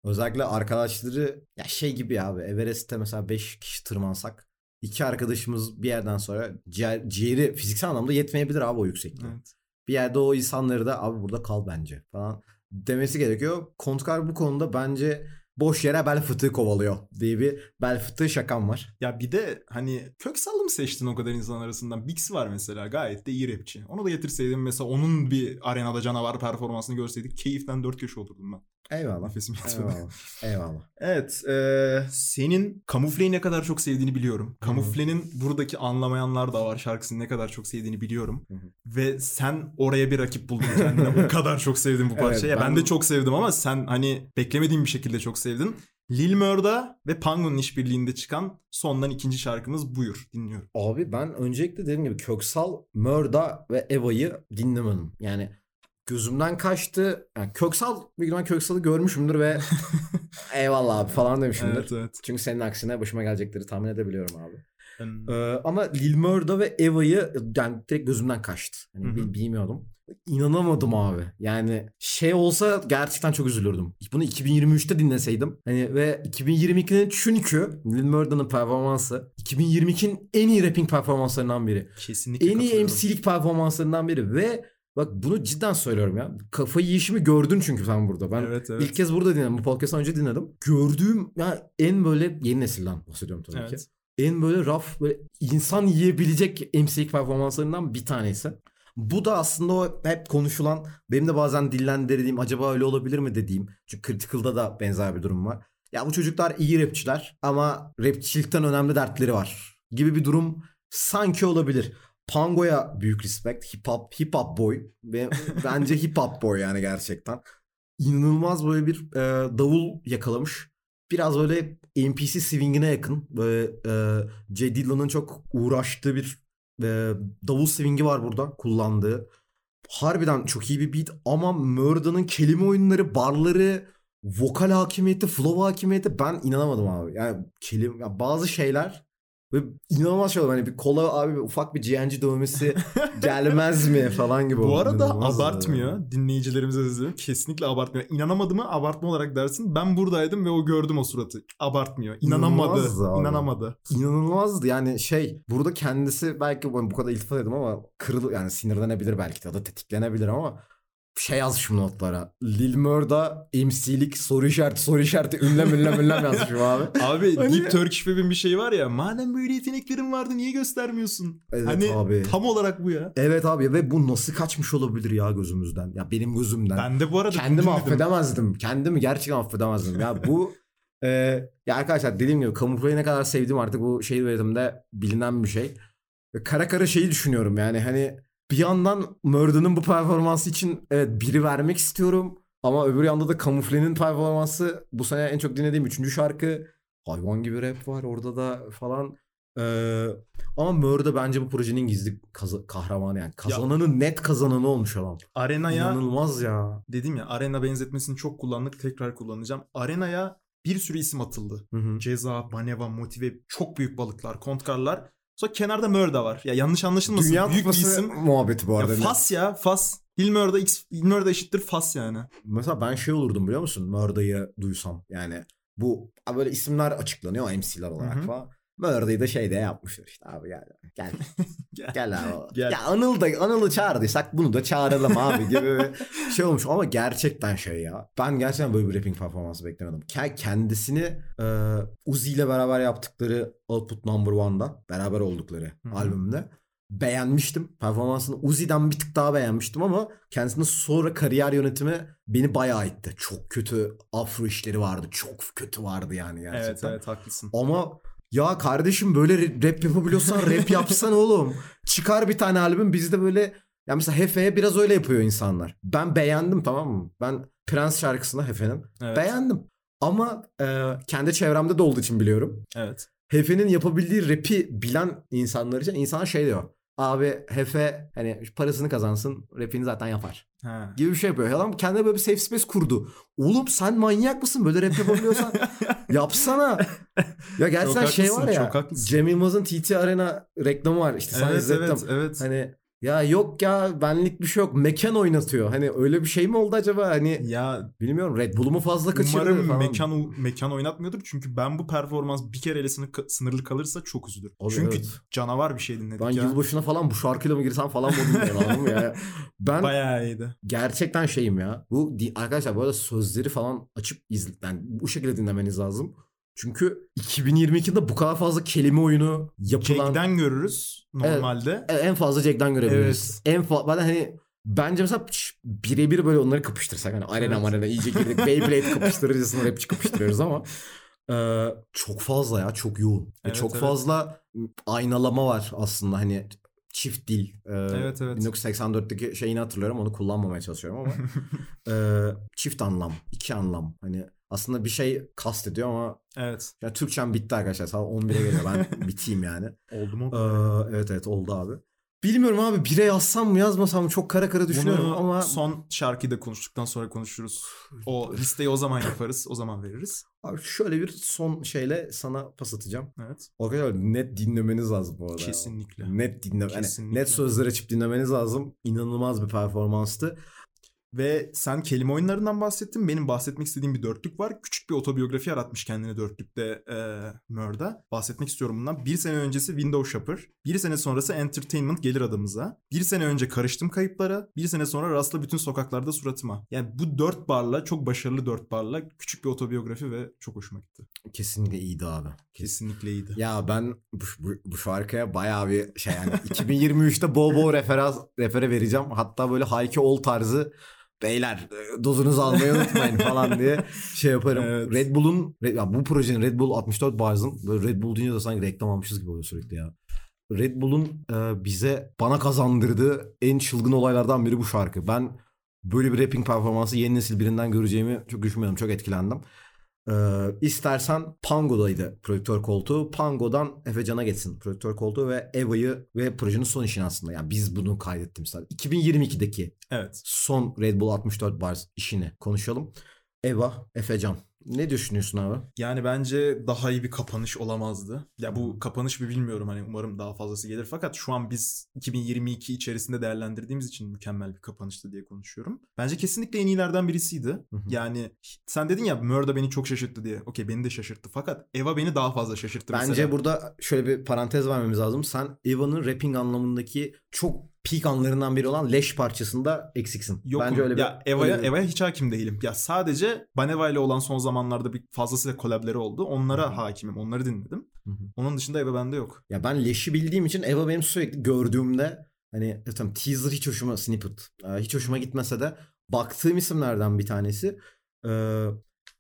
A: Özellikle arkadaşları ya şey gibi abi, Everest'te mesela beş kişi tırmansak iki arkadaşımız bir yerden sonra ciğer, ciğeri fiziksel anlamda yetmeyebilir abi o yüksekliğe. Evet. Bir yerde o insanları da abi burada kal bence falan demesi gerekiyor. Kontkar bu konuda bence boş yere bel fıtığı kovalıyor diye bir bel fıtığı şakam var.
B: Ya bir de hani Köksal'ı mı seçtin o kadar insan arasından? Bix var mesela, gayet de iyi rapçi. Onu da getirseydin mesela, onun bir arenada canavar performansını görseydik keyiften dört köşe olurdum ben.
A: Eyvallah. Eyvallah. Eyvallah.
B: Evet. E, senin Kamufle'yi ne kadar çok sevdiğini biliyorum. Kamufle'nin buradaki Anlamayanlar da var şarkısını ne kadar çok sevdiğini biliyorum. Hı-hı. Ve sen oraya bir rakip buldun kendine. O kadar çok sevdim bu parçayı. Evet, ben... ben de çok sevdim ama sen hani beklemediğim bir şekilde çok sevdin. Lil Murda ve Pango'nun işbirliğinde çıkan sondan ikinci şarkımız buyur. Dinliyorum.
A: Abi ben öncelikle dediğim gibi Köksal, Murda ve Eva'yı dinlemedim. Yani gözümden kaçtı. Yani Köksal, bir gün Köksal'ı görmüşümdür ve eyvallah abi falan demişimdir. Evet, evet. Çünkü senin aksine başıma gelecekleri tahmin edebiliyorum abi. Hmm. Ee, ama Lil Murda ve Eva'yı yani direkt gözümden kaçtı. Yani bil, bilmiyordum. İnanamadım abi. Yani şey olsa gerçekten çok üzülürdüm. Bunu iki bin yirmi üçte dinleseydim. Hani ve iki bin yirmi ikinin çünkü Lil Murda'nın performansı iki bin yirmi ikinin en iyi rapping performanslarından biri.
B: Kesinlikle.
A: En iyi M C'lik performanslarından biri ve bak bunu cidden söylüyorum ya. Kafayı yiyişimi gördün çünkü sen burada. Ben evet, evet. ilk kez burada dinledim. Bu podcast'tan önce dinledim. Gördüğüm ya en böyle yeni nesilden bahsediyorum tabii evet. ki. En böyle raf, böyle insan yiyebilecek M C'lik performanslarından bir tanesi. Bu da aslında o hep konuşulan, benim de bazen dillendirdiğim, acaba öyle olabilir mi dediğim. Çünkü Critical'da da benzer bir durum var. Ya bu çocuklar iyi rapçiler ama rapçilikten önemli dertleri var gibi bir durum sanki olabilir. Pango'ya büyük respect. Hip hop, hip hop boy. Ve bence hip hop boy yani gerçekten. İnanılmaz böyle bir e, davul yakalamış. Biraz böyle M P C swing'ine yakın. Böyle e, J Dillon'ın çok uğraştığı bir e, davul swing'i var burada kullandığı. Harbiden çok iyi bir beat ama Murda'nın kelime oyunları, barları, vokal hakimiyeti, flow hakimiyeti ben inanamadım abi. Yani kelime, ya bazı şeyler ve inanılmaz şey oldu. Hani bir kola abi ufak bir G N G dövmesi gelmez mi falan gibi oldu.
B: Bu arada abartmıyor. Yani. Dinleyicilerimize izliyorum. Kesinlikle abartmıyor. İnanamadı mı abartma olarak dersin. Ben buradaydım ve o gördüm o suratı. Abartmıyor. İnanamadı. İnanamadı.
A: İnanılmazdı. Yani şey burada kendisi belki bu kadar iltifat edim ama kırıl yani sinirlenebilir belki de, ya da tetiklenebilir ama şey yazmışım notlara. Lil Murda M C'lik soru işareti soru işareti ünlem ünlem ünlem yazmışım abi.
B: Abi hani... Deep Turkish Web'in bir şey var ya. Madem böyle yeteneklerin vardı niye göstermiyorsun?
A: Evet
B: hani
A: abi.
B: Tam olarak bu ya.
A: Evet abi ve bu nasıl kaçmış olabilir ya gözümüzden? Ya benim gözümden.
B: Ben de bu arada
A: kendimi affedemezdim. Kendimi gerçekten affedemezdim. Ya bu e, ya arkadaşlar dediğim gibi Kamufle'yi ne kadar sevdiğim artık bu şehir verimde bilinen bir şey. Ve kara kara şeyi düşünüyorum yani hani bir yandan Murda'nın bu performansı için evet biri vermek istiyorum. Ama öbür yanda da Kamufle'nin performansı bu sene en çok dinlediğim üçüncü şarkı. Hayvan gibi rap var orada da falan. Ee, ama Murda bence bu projenin gizli kaz- kahramanı yani. Kazananın ya, net kazananı olmuş adam.
B: Arena'ya
A: İnanılmaz ya.
B: Dedim ya Arena benzetmesini çok kullandık. Tekrar kullanacağım. Arena'ya bir sürü isim atıldı. Hı hı. Ceza, Baneva, Motive, çok büyük balıklar, Kontkarlar. Sonra kenarda Murda var. Ya yanlış anlaşılmasın.
A: Dünya
B: büyük bir isim.
A: Muhabbeti bu arada.
B: Ya Fas ya. Fas. Lil Murda, X, Lil Murda eşittir Fas yani.
A: Mesela ben şey olurdum biliyor musun? Murda'yı duysam. Yani bu böyle isimler açıklanıyor M C'ler olarak Hı-hı. falan. Murda'yı da şey de yapmışlar işte abi gel. Gel. gel. Gel abi. Gel. Ya Anıl da Anıl'ı çağırdıysak bunu da çağıralım abi gibi bir şey olmuş. Ama gerçekten şey ya. Ben gerçekten böyle bir rapping performansı beklemedim. Kendisini e, Uzi ile beraber yaptıkları Output Number One'da beraber oldukları Hı-hı. albümde beğenmiştim. Performansını Uzi'den bir tık daha beğenmiştim ama kendisinin sonra kariyer yönetimi beni bayağı itti. Çok kötü afro işleri vardı. Çok kötü vardı yani gerçekten.
B: Evet evet haklısın.
A: Ama ya kardeşim böyle rap yapabiliyorsan rap yapsan oğlum. Çıkar bir tane albüm biz de böyle ya mesela Hefe'ye biraz öyle yapıyor insanlar. Ben beğendim tamam mı? Ben Prens şarkısını Hefe'nin evet. beğendim. Ama e, kendi çevremde de olduğu için biliyorum.
B: Evet.
A: Hefe'nin yapabildiği rap'i bilen insanlar için insanlar şey diyor. Abi Hefe hani parasını kazansın rapini zaten yapar. Ha. Gibi bir şey yapıyor. Adam kendine böyle bir safe space kurdu. Oğlum sen manyak mısın? Böyle rap yapabiliyorsan yapsana. Ya gerçekten şey var ya. Cem Yılmaz'ın T T Arena reklamı var. İşte sana
B: evet,
A: izlettim.
B: Evet, evet.
A: Hani Ya yok ya, benlik bir şey yok. Mekan oynatıyor. Hani öyle bir şey mi oldu acaba? Hani
B: Ya
A: bilmiyorum, Red Bull'u mu fazla kaçırdı
B: umarım
A: falan.
B: mekan mekan oynatmıyordur. Çünkü ben bu performans bir kerelesine ka- sınırlı kalırsa çok üzülürüm.
A: Abi
B: Çünkü
A: evet.
B: canavar bir şey dinledik
A: Ben
B: ya.
A: yılbaşına falan bu şarkıyla mı girsem falan modundayım, anladın mı ya? Ben
B: Bayağı iyiydi.
A: gerçekten şeyim ya. Bu di- arkadaşlar bu arada sözleri falan açıp izle, yani bu şekilde dinlemeniz lazım. Çünkü iki bin yirmi ikide bu kadar fazla kelime oyunu yapılan...
B: Jack'den görürüz normalde.
A: Evet, en fazla Jack'den görebiliriz. Evet. En fazla ben hani bence mesela birebir böyle onları kapıştırsak, hani arena
B: Evet.
A: marena iyice girdik. Beyblade kapıştırırcasına rapçi kapıştırıyoruz ama e, çok fazla ya, çok yoğun. Ve
B: Evet,
A: çok
B: evet.
A: fazla aynalama var aslında, hani çift dil. Ee,
B: Evet, evet.
A: bin dokuz yüz seksen dörtteki şeyini hatırlıyorum, onu kullanmamaya çalışıyorum ama e, çift anlam, iki anlam, hani aslında bir şey kastediyor ama
B: Evet.
A: yani Türkçem bitti arkadaşlar, saat on bire geliyor, ben biteyim yani.
B: Oldu mu?
A: Ee, evet evet oldu abi. Bilmiyorum abi, bire yazsam mı yazmasam mı, çok kara kara düşünüyorum.
B: Bunu
A: ama
B: son şarkıyı da konuştuktan sonra konuşuruz. O listeyi o zaman yaparız. O zaman veririz.
A: Abi şöyle bir son şeyle sana pas atacağım.
B: Evet.
A: O kadar net dinlemeniz lazım bu arada.
B: Kesinlikle.
A: Ya. Net dinle,
B: Kesinlikle.
A: hani net sözler açıp dinlemeniz lazım. İnanılmaz bir performanstı.
B: Ve sen kelime oyunlarından bahsettin. Benim bahsetmek istediğim bir dörtlük var. Küçük bir otobiyografi yaratmış kendine dörtlükte e, Mörda. Bahsetmek istiyorum bundan. Bir sene öncesi Window Shopper. Bir sene sonrası Entertainment gelir adamıza. Bir sene önce Karıştım Kayıplara. Bir sene sonra Rastla Bütün Sokaklarda Suratıma. Yani bu dört barla, çok başarılı dört barla küçük bir otobiyografi ve çok hoşuma gitti.
A: Kesinlikle iyiydi abi.
B: Kesinlikle iyiydi.
A: Ya ben bu, bu, bu şarkıya bayağı bir şey yani iki bin yirmi üçte bol bol referans, refere vereceğim. Hatta böyle Hayki Ol tarzı, beyler dozunuzu almayı unutmayın falan diye şey yaparım.
B: Evet.
A: Red Bull'un, ya bu projenin Red Bull altmış dört Bars'ın, böyle Red Bull deyince de sanki reklam almışız gibi oluyor sürekli ya. Red Bull'un e, bize, bana kazandırdığı en çılgın olaylardan biri bu şarkı. Ben böyle bir rapping performansı yeni nesil birinden göreceğimi çok düşünmüyorum. Çok etkilendim. Ee, istersen Pango'daydı prodüktör koltuğu. Pango'dan Efecan'a geçsin prodüktör koltuğu ve Eva'yı ve projenin son işini aslında. Yani biz bunu kaydettiğimiz saat. iki bin yirmi ikideki
B: Evet.
A: son Red Bull altmış dört Bars işini konuşalım. Eva, Efecan. Ne düşünüyorsun abi?
B: Yani bence daha iyi bir kapanış olamazdı. Ya bu kapanış mı bilmiyorum, hani umarım daha fazlası gelir. Fakat şu an biz iki bin yirmi iki içerisinde değerlendirdiğimiz için mükemmel bir kapanıştı diye konuşuyorum. Bence kesinlikle en iyilerden birisiydi.
A: Hı hı.
B: Yani sen dedin ya Mörda beni çok şaşırttı diye. Okey, beni de şaşırttı. Fakat Eva beni daha fazla şaşırttı
A: Bence
B: mesela.
A: burada şöyle bir parantez vermemiz lazım. Sen Eva'nın rapping anlamındaki çok peak anlarından biri olan Leş parçasında eksiksin.
B: Yok
A: Bence öyle bir,
B: ya Eva'ya
A: öyle bir...
B: Eva'ya hiç hakim değilim. Ya sadece Baneva ile olan son zamanlarda bir fazlasıyla collab'leri oldu. Onlara
A: Hı hı.
B: hakimim. Onları dinledim.
A: Hı hı.
B: Onun dışında Eva bende yok.
A: Ya ben Leş'i bildiğim için Eva benim sürekli gördüğümde, hani tamam teaser hiç hoşuma, snippet hiç hoşuma gitmese de baktığım isimlerden bir tanesi. Ee,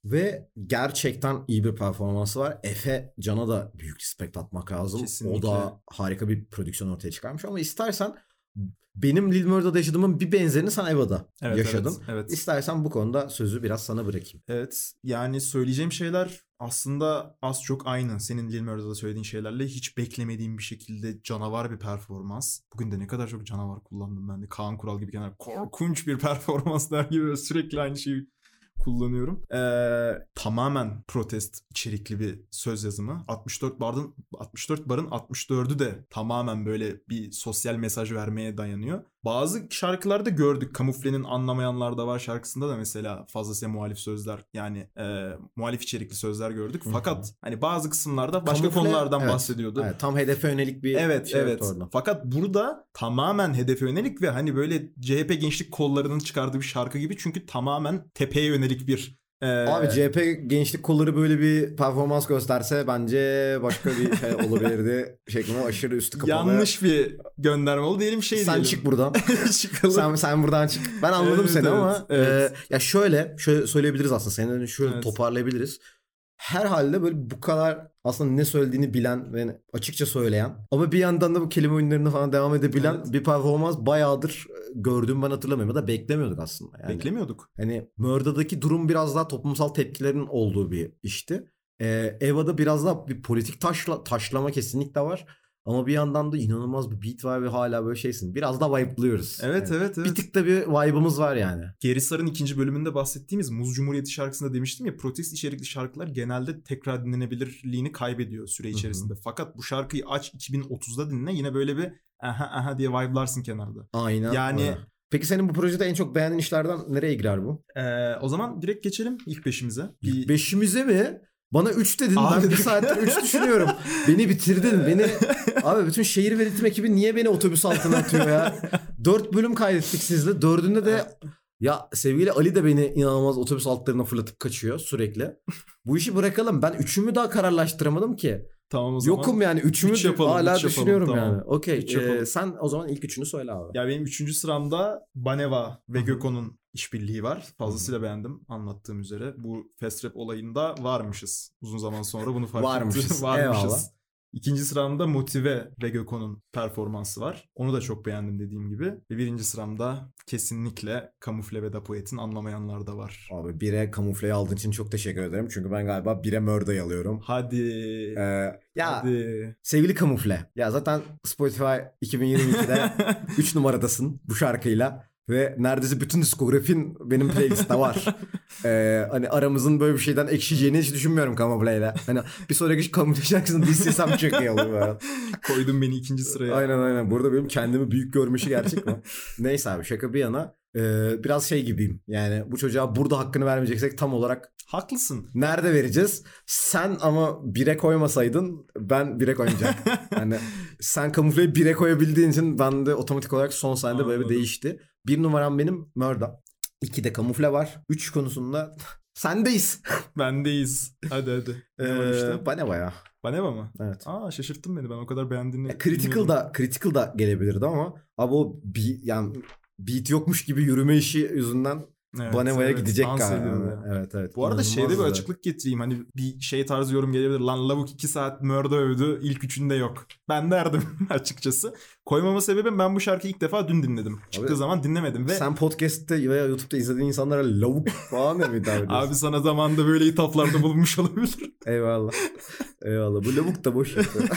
A: ve gerçekten iyi bir performansı var. Efe Can'a da büyük respect atmak lazım.
B: Kesinlikle.
A: O da harika bir prodüksiyon ortaya çıkarmış ama istersen benim Lil Murder'da yaşadığımın bir benzerini sen Eva'da
B: Evet,
A: yaşadın.
B: evet, evet.
A: İstersen bu konuda sözü biraz sana bırakayım.
B: Evet, yani söyleyeceğim şeyler aslında az çok aynı. Senin Lil Murder'da söylediğin şeylerle hiç beklemediğim bir şekilde canavar bir performans. Bugün de ne kadar çok canavar kullandım ben de. Kaan Kural gibi kenar korkunç bir performans der gibi sürekli aynı şeyi kullanıyorum. Ee, tamamen protest içerikli bir söz yazımı. altmış dört barın altmış dört barın altmış dördü de tamamen böyle bir sosyal mesaj vermeye dayanıyor. Bazı şarkılarda gördük. Kamufle'nin Anlamayanlar da Var şarkısında da mesela fazlasıyla muhalif sözler, yani e, muhalif içerikli sözler gördük. Fakat Hı-hı. hani bazı kısımlarda başka
A: Kamufle,
B: konulardan
A: evet,
B: bahsediyordu.
A: Evet, tam hedefe yönelik bir
B: evet,
A: şey
B: evet.
A: orada.
B: Fakat burada tamamen hedefe yönelik ve hani böyle C H P gençlik kollarının çıkardığı bir şarkı gibi, çünkü tamamen tepeye yönelik bir Ee...
A: Abi C H P gençlik kolları böyle bir performans gösterse bence başka bir şey olabilirdi şeklinde, aşırı üstü kapalı.
B: Yanlış bir gönderme oldu diyelim, şey
A: sen
B: diyelim.
A: Çık buradan.
B: Çıkalım.
A: Sen, sen buradan çık. Ben anladım
B: evet,
A: seni
B: evet,
A: ama
B: evet.
A: E, ya şöyle şöyle söyleyebiliriz aslında. Senin şöyle evet. toparlayabiliriz. Herhalde böyle bu kadar aslında ne söylediğini bilen ve açıkça söyleyen ama bir yandan da bu kelime oyunlarına falan devam edebilen evet. bir performans bayağıdır gördüğüm ben hatırlamıyorum. Ya da beklemiyorduk aslında. Yani,
B: beklemiyorduk.
A: Hani Murda'daki durum biraz daha toplumsal tepkilerin olduğu bir işti. Ee, Eva'da biraz daha bir politik taşla, taşlama kesinlikle var. Ama bir yandan da inanılmaz bir beat var ve hala böyle şeysin. Biraz da vibe'lıyoruz.
B: Evet
A: yani
B: evet evet.
A: Bir tık da bir vibe'ımız var yani.
B: Geri Sar'ın ikinci bölümünde bahsettiğimiz Muz Cumhuriyeti şarkısında demiştim ya, protest içerikli şarkılar genelde tekrar dinlenebilirliğini kaybediyor süre içerisinde. Hı-hı. Fakat bu şarkıyı aç iki bin otuzda dinle, yine böyle bir aha aha diye vibe'larsın kenarda.
A: Aynen.
B: Yani
A: öyle. Peki senin bu projede en çok beğendiğin işlerden nereye girer bu?
B: Ee, o zaman direkt geçelim ilk beşimize.
A: İlk
B: bir...
A: beşimize mi? Bana üç dedin. Abi ben bir saattir üç düşünüyorum. Beni bitirdin. Beni abi bütün şehir ve ritim ekibi niye beni otobüs altına atıyor ya? Dört bölüm kaydettik sizle. Dördünde de ya sevgili Ali de beni inanılmaz otobüs altlarına fırlatıp kaçıyor sürekli. Bu işi bırakalım. Ben üçümü daha kararlaştıramadım ki.
B: Tamam o zaman.
A: Yokum yani. Üçümü
B: üç yapalım,
A: hala
B: üç
A: düşünüyorum
B: yapalım,
A: yani.
B: tamam.
A: Okey. Ee, sen o zaman ilk üçünü söyle abi.
B: Ya benim üçüncü sıramda Baneva ve Göko'nun işbirliği var. Fazlasıyla beğendim anlattığım üzere. Bu fast rap olayında varmışız. Uzun zaman sonra bunu fark
A: Varmışız.
B: ettim. Varmışız.
A: Eyvallah.
B: İkinci sıramda Motive ve Göko'nun performansı var. Onu da çok beğendim dediğim gibi. Ve birinci sıramda kesinlikle Kamufle ve Dapoet'in Anlamayanlar da var.
A: Abi bire Kamufle'yi aldığın için çok teşekkür ederim. Çünkü ben galiba bire Murda'yı alıyorum.
B: Hadi.
A: Ee, ya
B: hadi.
A: Sevgili Kamufle. Ya zaten Spotify iki bin yirmi ikide üç numaradasın bu şarkıyla. Ve neredeyse bütün diskografin benim playlistte var. Ee, hani aramızın böyle bir şeyden ekşiyeceğini hiç düşünmüyorum Kamufle'yle. Hani bir sonraki Kamufle şarkısını dinlesem çok iyi olur böyle.
B: Koydun beni ikinci sıraya.
A: Aynen aynen. Burada benim kendimi büyük görmüşü gerçek mi? Neyse abi şaka bir yana. Ee, biraz şey gibiyim. Yani bu çocuğa burada hakkını vermeyeceksek tam olarak
B: haklısın.
A: Nerede vereceğiz? Sen ama bire koymasaydın ben bire koymayacağım. Yani sen Kamufle'yi bire koyabildiğin için ben de otomatik olarak son saniyede böyle bir değişti. Bir numaram benim Murda. İkide Kamufle var. Üç konusunda sendeyiz.
B: Bendeyiz. Hadi hadi. Ne var işte?
A: Baneva ya.
B: Baneva mı?
A: Evet.
B: Aa şaşırttın beni. Ben o kadar beğendiğini
A: e, Critical da Critical da gelebilirdi ama abi o bir, yani beat yokmuş gibi yürüme işi yüzünden evet, Baneva'ya evet, gidecek galiba. Evet evet.
B: Bu arada şeyde bir açıklık getireyim. Hani bir şey tarzı yorum gelebilir. Lan lavuk iki saat Murda övdü. İlk üçünde yok. Ben derdim açıkçası. Koymama sebebim ben bu şarkıyı ilk defa dün dinledim. Çıktığı abi, zaman dinlemedim ve
A: sen podcast'te veya YouTube'da izlediğin insanlara lavuk falan mı hitap ediyorsun?
B: Abi sana zamanında böyle hitaplarda bulunmuş olabilir.
A: Eyvallah. Eyvallah. Bu lavuk da boş yapıyor.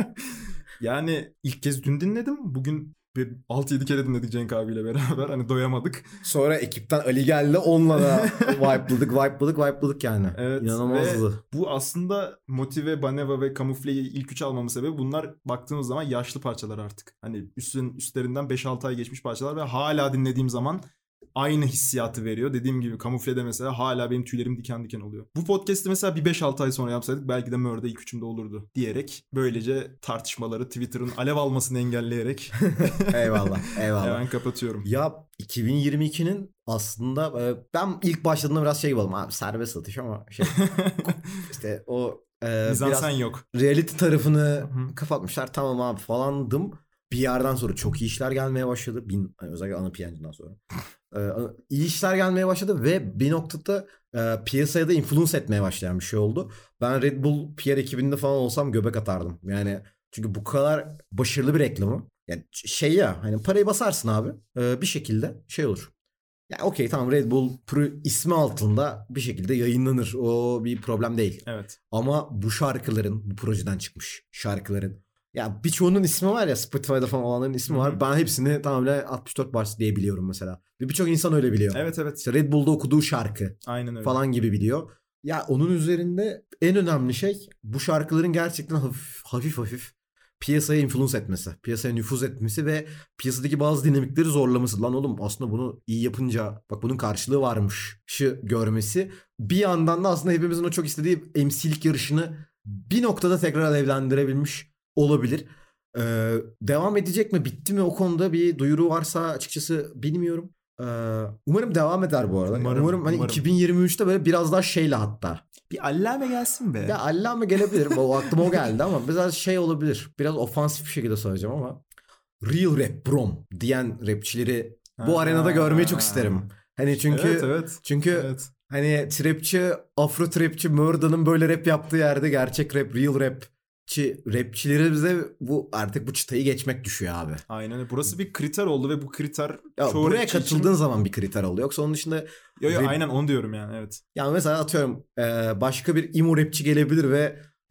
B: Yani ilk kez dün dinledim. Bugün bir altı yedi kere dinledik Cenk abiyle beraber. Hani doyamadık.
A: Sonra ekipten Ali geldi. Onunla da vibe'ladık, vibe'ladık, vibe'ladık yani.
B: Evet.
A: İnanılmazdı.
B: Bu aslında Motive, Baneva ve Kamufle'yi ilk üç almamın sebebi bunlar baktığımız zaman yaşlı parçalar artık. Hani üstün, üstlerinden beş altı ay geçmiş parçalar ve hala dinlediğim zaman aynı hissiyatı veriyor. Dediğim gibi Kamufle'de mesela hala benim tüylerim diken diken oluyor. Bu podcast'i mesela bir beş altı ay sonra yapsaydık belki de Murda ilk üçümde olurdu diyerek böylece tartışmaları Twitter'ın alev almasını engelleyerek
A: eyvallah eyvallah.
B: Hemen kapatıyorum.
A: Ya iki bin yirmi ikinin aslında ben ilk başladığımda biraz şey yapalım abi serbest satış ama şey işte o e,
B: mizansen yok.
A: Reality tarafını kapatmışlar tamam abi falandım. Bir yerden sonra çok iyi işler gelmeye başladı. Bin, özellikle ana P N'den sonra. Ee, iyi işler gelmeye başladı ve bir noktada e, piyasaya da influence etmeye başlayan bir şey oldu. Ben Red Bull P R ekibinde falan olsam göbek atardım. Yani çünkü bu kadar başarılı bir reklamı. Yani şey ya hani parayı basarsın abi e, bir şekilde şey olur. Ya okey tamam Red Bull Pro ismi altında bir şekilde yayınlanır. O bir problem değil.
B: Evet.
A: Ama bu şarkıların bu projeden çıkmış şarkıların ya birçoğunun ismi var ya Spotify'da falan olanların ismi var. Hı-hı. Ben hepsini tamamen altmış dört bars diye biliyorum mesela. Ve birçok insan öyle biliyor.
B: Evet evet.
A: İşte Red Bull'da okuduğu şarkı
B: aynen öyle
A: falan gibi biliyor. Ya onun üzerinde en önemli şey bu şarkıların gerçekten hafif hafif, hafif piyasaya influence etmesi. Piyasaya nüfuz etmesi ve piyasadaki bazı dinamikleri zorlaması. Lan oğlum aslında bunu iyi yapınca bak bunun karşılığı varmış şu görmesi. Bir yandan da aslında hepimizin o çok istediği M C'lik yarışını bir noktada tekrar alevlendirebilmiş olabilir. Ee, devam edecek mi? Bitti mi? O konuda bir duyuru varsa açıkçası bilmiyorum. Ee, umarım devam eder bu arada. Umarım, umarım hani umarım. iki bin yirmi üçte böyle biraz daha şeyle hatta.
B: Bir allame gelsin be.
A: Ya allame gelebilir. O aklıma o geldi ama biraz şey olabilir. Biraz ofansif bir şekilde söyleyeceğim ama real rap brom diyen rapçileri bu ha, arenada görmeyi çok isterim. Hani çünkü
B: evet, evet.
A: çünkü
B: evet.
A: hani trapçi, afro trapçi Murda'nın böyle rap yaptığı yerde gerçek rap, real rap rapçilerimize bu artık bu çıtayı geçmek düşüyor abi.
B: Aynen. Burası bir kriter oldu ve bu kriter
A: ya çoğu buraya katıldığın için zaman bir kriter oluyor. Yoksa onun dışında
B: yo yo rap... aynen onu diyorum yani evet.
A: Yani mesela atıyorum başka bir emo rapçi gelebilir ve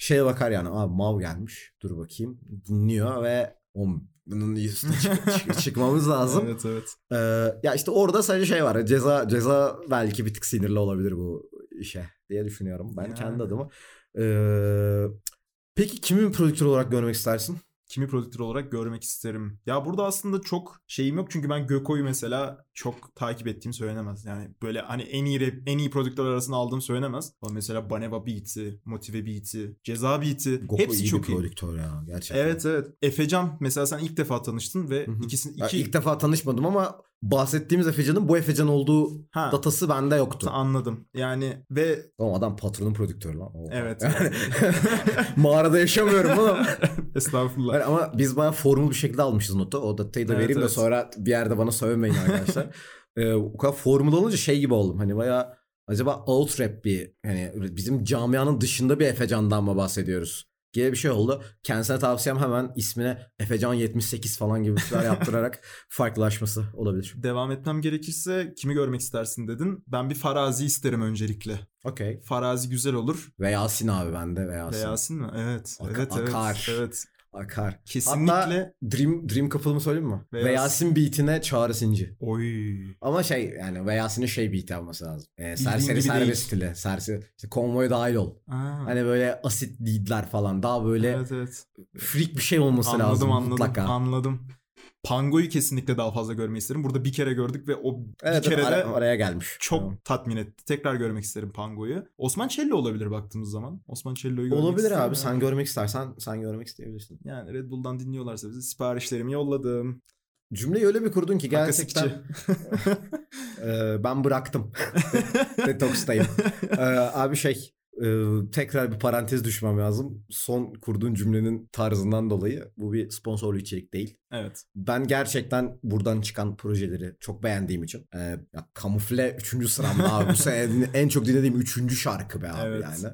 A: şeye bakar yani. Abi Mav gelmiş. Dur bakayım. Dinliyor ve on bunun üstüne çık- çık- çıkmamız lazım.
B: Evet evet.
A: Ee, ya işte orada sadece şey var. Ceza ceza belki bir tık sinirli olabilir bu işe diye düşünüyorum. Ben
B: Yani.
A: kendi adıma. Ee, peki kimi prodüktör olarak görmek istersin?
B: Kimi prodüktör olarak görmek isterim. Ya burada aslında çok şeyim yok çünkü ben Göko'yu mesela çok takip ettiğim söylenemez. Yani böyle hani en iyi rap, en iyi prodüktör arasında aldığım söylenemez. Ama mesela Baneva Beat'i, Motive Beat'i, Ceza Beat'i
A: Goko
B: hepsi
A: iyi
B: çok
A: bir
B: iyi.
A: prodüktör ya gerçekten.
B: Evet evet. Efecan mesela sen ilk defa tanıştın ve
A: Hı hı.
B: ikisini
A: Ya
B: iki
A: ilk defa tanışmadım ama bahsettiğimiz Efecan'ın bu Efecan olduğu
B: ha,
A: datası bende yoktu.
B: anladım. Yani ve
A: Oğlum adam patronun prodüktörü lan. Oha.
B: evet.
A: Yani, mağarada yaşamıyorum oğlum.
B: Estağfurullah.
A: Yani ama biz bayağı formül bir şekilde almışız notu. O datayı da
B: Evet,
A: vereyim
B: evet.
A: de sonra bir yerde bana sövmeyin arkadaşlar. ee, o kadar formül olunca şey gibi oldum. Hani bayağı acaba out rap bir hani bizim camianın dışında bir Efecan'dan mı bahsediyoruz? Gibi bir şey oldu. Kendisine tavsiyem hemen ismine Efecan yetmiş sekiz falan gibi bir şeyler yaptırarak farklılaşması olabilir.
B: Devam etmem gerekirse kimi görmek istersin dedin. Ben bir Farazi isterim öncelikle.
A: Okey.
B: Farazi güzel olur.
A: Ve Yasin abi bende ve Yasin.
B: Ve Yasin mi? Evet.
A: Aka-
B: evet,
A: akar.
B: evet. Evet.
A: Akar.
B: Kesinlikle.
A: Hatta Dream, Dream Couple'ımı söyleyeyim mi?
B: Ve
A: Ve
B: Yasin.
A: Yasin beatine Çağrı Sinci.
B: Oy.
A: Ama şey yani ve Yasin'in şey beat yapması lazım. Ee,
B: gibi
A: serseri
B: değil.
A: serbest stili. Serseri. İşte konvoya dahil ol.
B: Aa.
A: Hani böyle asit leadler falan. Daha böyle
B: Evet evet.
A: freak bir şey olması
B: Anladım
A: lazım
B: anladım.
A: mutlaka.
B: Anladım. Pango'yu kesinlikle daha fazla görmeyi isterim. Burada bir kere gördük ve o
A: Evet,
B: bir kere
A: ara-
B: de
A: araya gelmiş.
B: çok
A: Tamam.
B: tatmin etti. Tekrar görmek isterim Pango'yu. Osman Cello olabilir baktığımız zaman. Osman Cello'yu görmek
A: Olabilir
B: isterim
A: abi.
B: ya.
A: Sen görmek istersen sen görmek isteyebilirsin.
B: Yani Red Bull'dan dinliyorlarsa bizi siparişlerimi yolladım.
A: Cümleyi öyle bir kurdun ki gerçekten
B: Akasikçi.
A: e, ben bıraktım. Detoks'tayım. E, abi şey e, tekrar bir parantez düşmem lazım. Son kurduğun cümlenin tarzından dolayı bu bir sponsorlu içerik değil.
B: Evet.
A: Ben gerçekten buradan çıkan projeleri çok beğendiğim için. E, ya, Kamufle üçüncü sıramda abi. Bu sene en çok dinlediğim üçüncü şarkı be abi
B: Evet.
A: yani.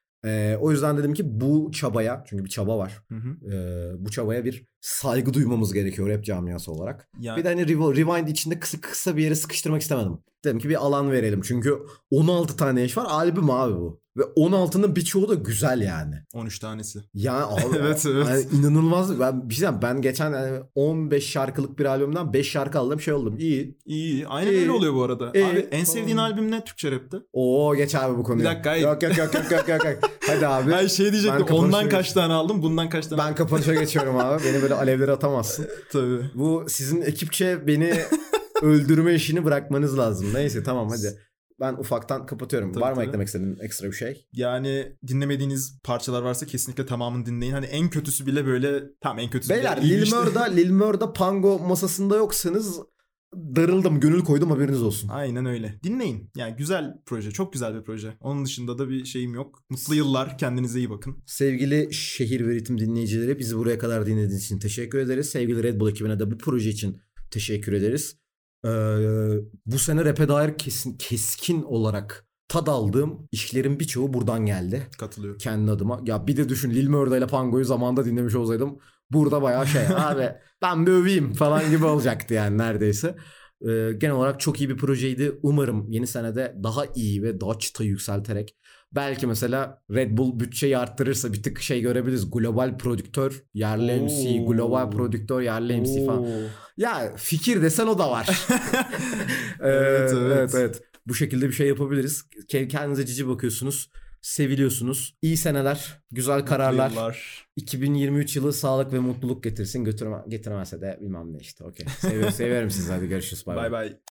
A: E, o yüzden dedim ki bu çabaya, çünkü bir çaba var.
B: Hı hı.
A: E, bu çabaya bir saygı duymamız gerekiyor rap camiası olarak.
B: Yani,
A: Bir de hani Rev- Rewind içinde kısa kısa bir yere sıkıştırmak istemedim. Dedim ki bir alan verelim. Çünkü on altı tane eş var. Albüm abi bu. Ve on altının birçoğu da güzel yani.
B: on üç tanesi.
A: Yani abi,
B: Evet, evet.
A: yani inanılmaz. Ben bir şey diyeyim, ben geçen yani on beş şarkılık bir albümden beş şarkı aldım, şey oldum. İyi.
B: İyi. Aynen
A: İyi.
B: öyle oluyor bu arada.
A: İyi.
B: Abi en sevdiğin
A: Tamam.
B: albüm ne Türkçe rapte?
A: Oo geç abi bu konuyu.
B: Bir dakika, hayır.
A: Yok yok yok yok yok yok. yok. Hadi abi.
B: Ay şey diyecektim.
A: Ben kapanışa
B: Ondan kaç
A: geç-
B: tane aldın? Bundan kaç tane?
A: Ben kapanışa geçiyorum abi. Beni böyle alevlere atamazsın.
B: Tabii.
A: Bu sizin ekipçe beni öldürme işini bırakmanız lazım. Neyse tamam hadi. Ben ufaktan kapatıyorum.
B: Tabii,
A: Var mı
B: tabii.
A: eklemek istediğin ekstra bir şey?
B: Yani dinlemediğiniz parçalar varsa kesinlikle tamamını dinleyin. Hani en kötüsü bile böyle tam en kötüsü
A: Beyler
B: bile iyi
A: Lil
B: işte.
A: Murda, Lil Murda Pango masasında yoksanız darıldım, gönül koydum, haberiniz olsun.
B: Aynen öyle. Dinleyin. Yani güzel proje. Çok güzel bir proje. Onun dışında da bir şeyim yok. Mutlu yıllar. Kendinize iyi bakın.
A: Sevgili Şehir ve Ritim dinleyicileri, bizi buraya kadar dinlediğiniz için teşekkür ederiz. Sevgili Red Bull ekibine de bu proje için teşekkür ederiz. Ee, bu sene rap'e dair kesin, keskin olarak tad aldığım işlerin birçoğu buradan geldi.
B: Katılıyorum.
A: Kendi adıma. Ya bir de düşün, Lil Murda ile Pango'yu zamanında dinlemiş olsaydım burada bayağı şey abi ben bir öveyim falan gibi olacaktı yani neredeyse. Ee, genel olarak çok iyi bir projeydi. Umarım yeni senede daha iyi ve daha çıtayı yükselterek, belki mesela Red Bull bütçeyi arttırırsa bir tık şey görebiliriz. Global prodüktör, yerli M C,
B: Oo.
A: global prodüktör, yerli M C falan.
B: Oo.
A: Ya fikir desen o da var. Ee,
B: Evet, evet.
A: evet evet. Bu şekilde bir şey yapabiliriz. Kendinize cici bakıyorsunuz. Seviliyorsunuz. İyi seneler, güzel kararlar.
B: Mutlu yıllar.
A: iki bin yirmi üç yılı sağlık ve mutluluk getirsin. Götürme, getiremezse de bilmem ne işte. Okey. Seviyorum, seviyorum sizi. Hadi görüşürüz. Bay
B: Bay
A: bay.
B: bay.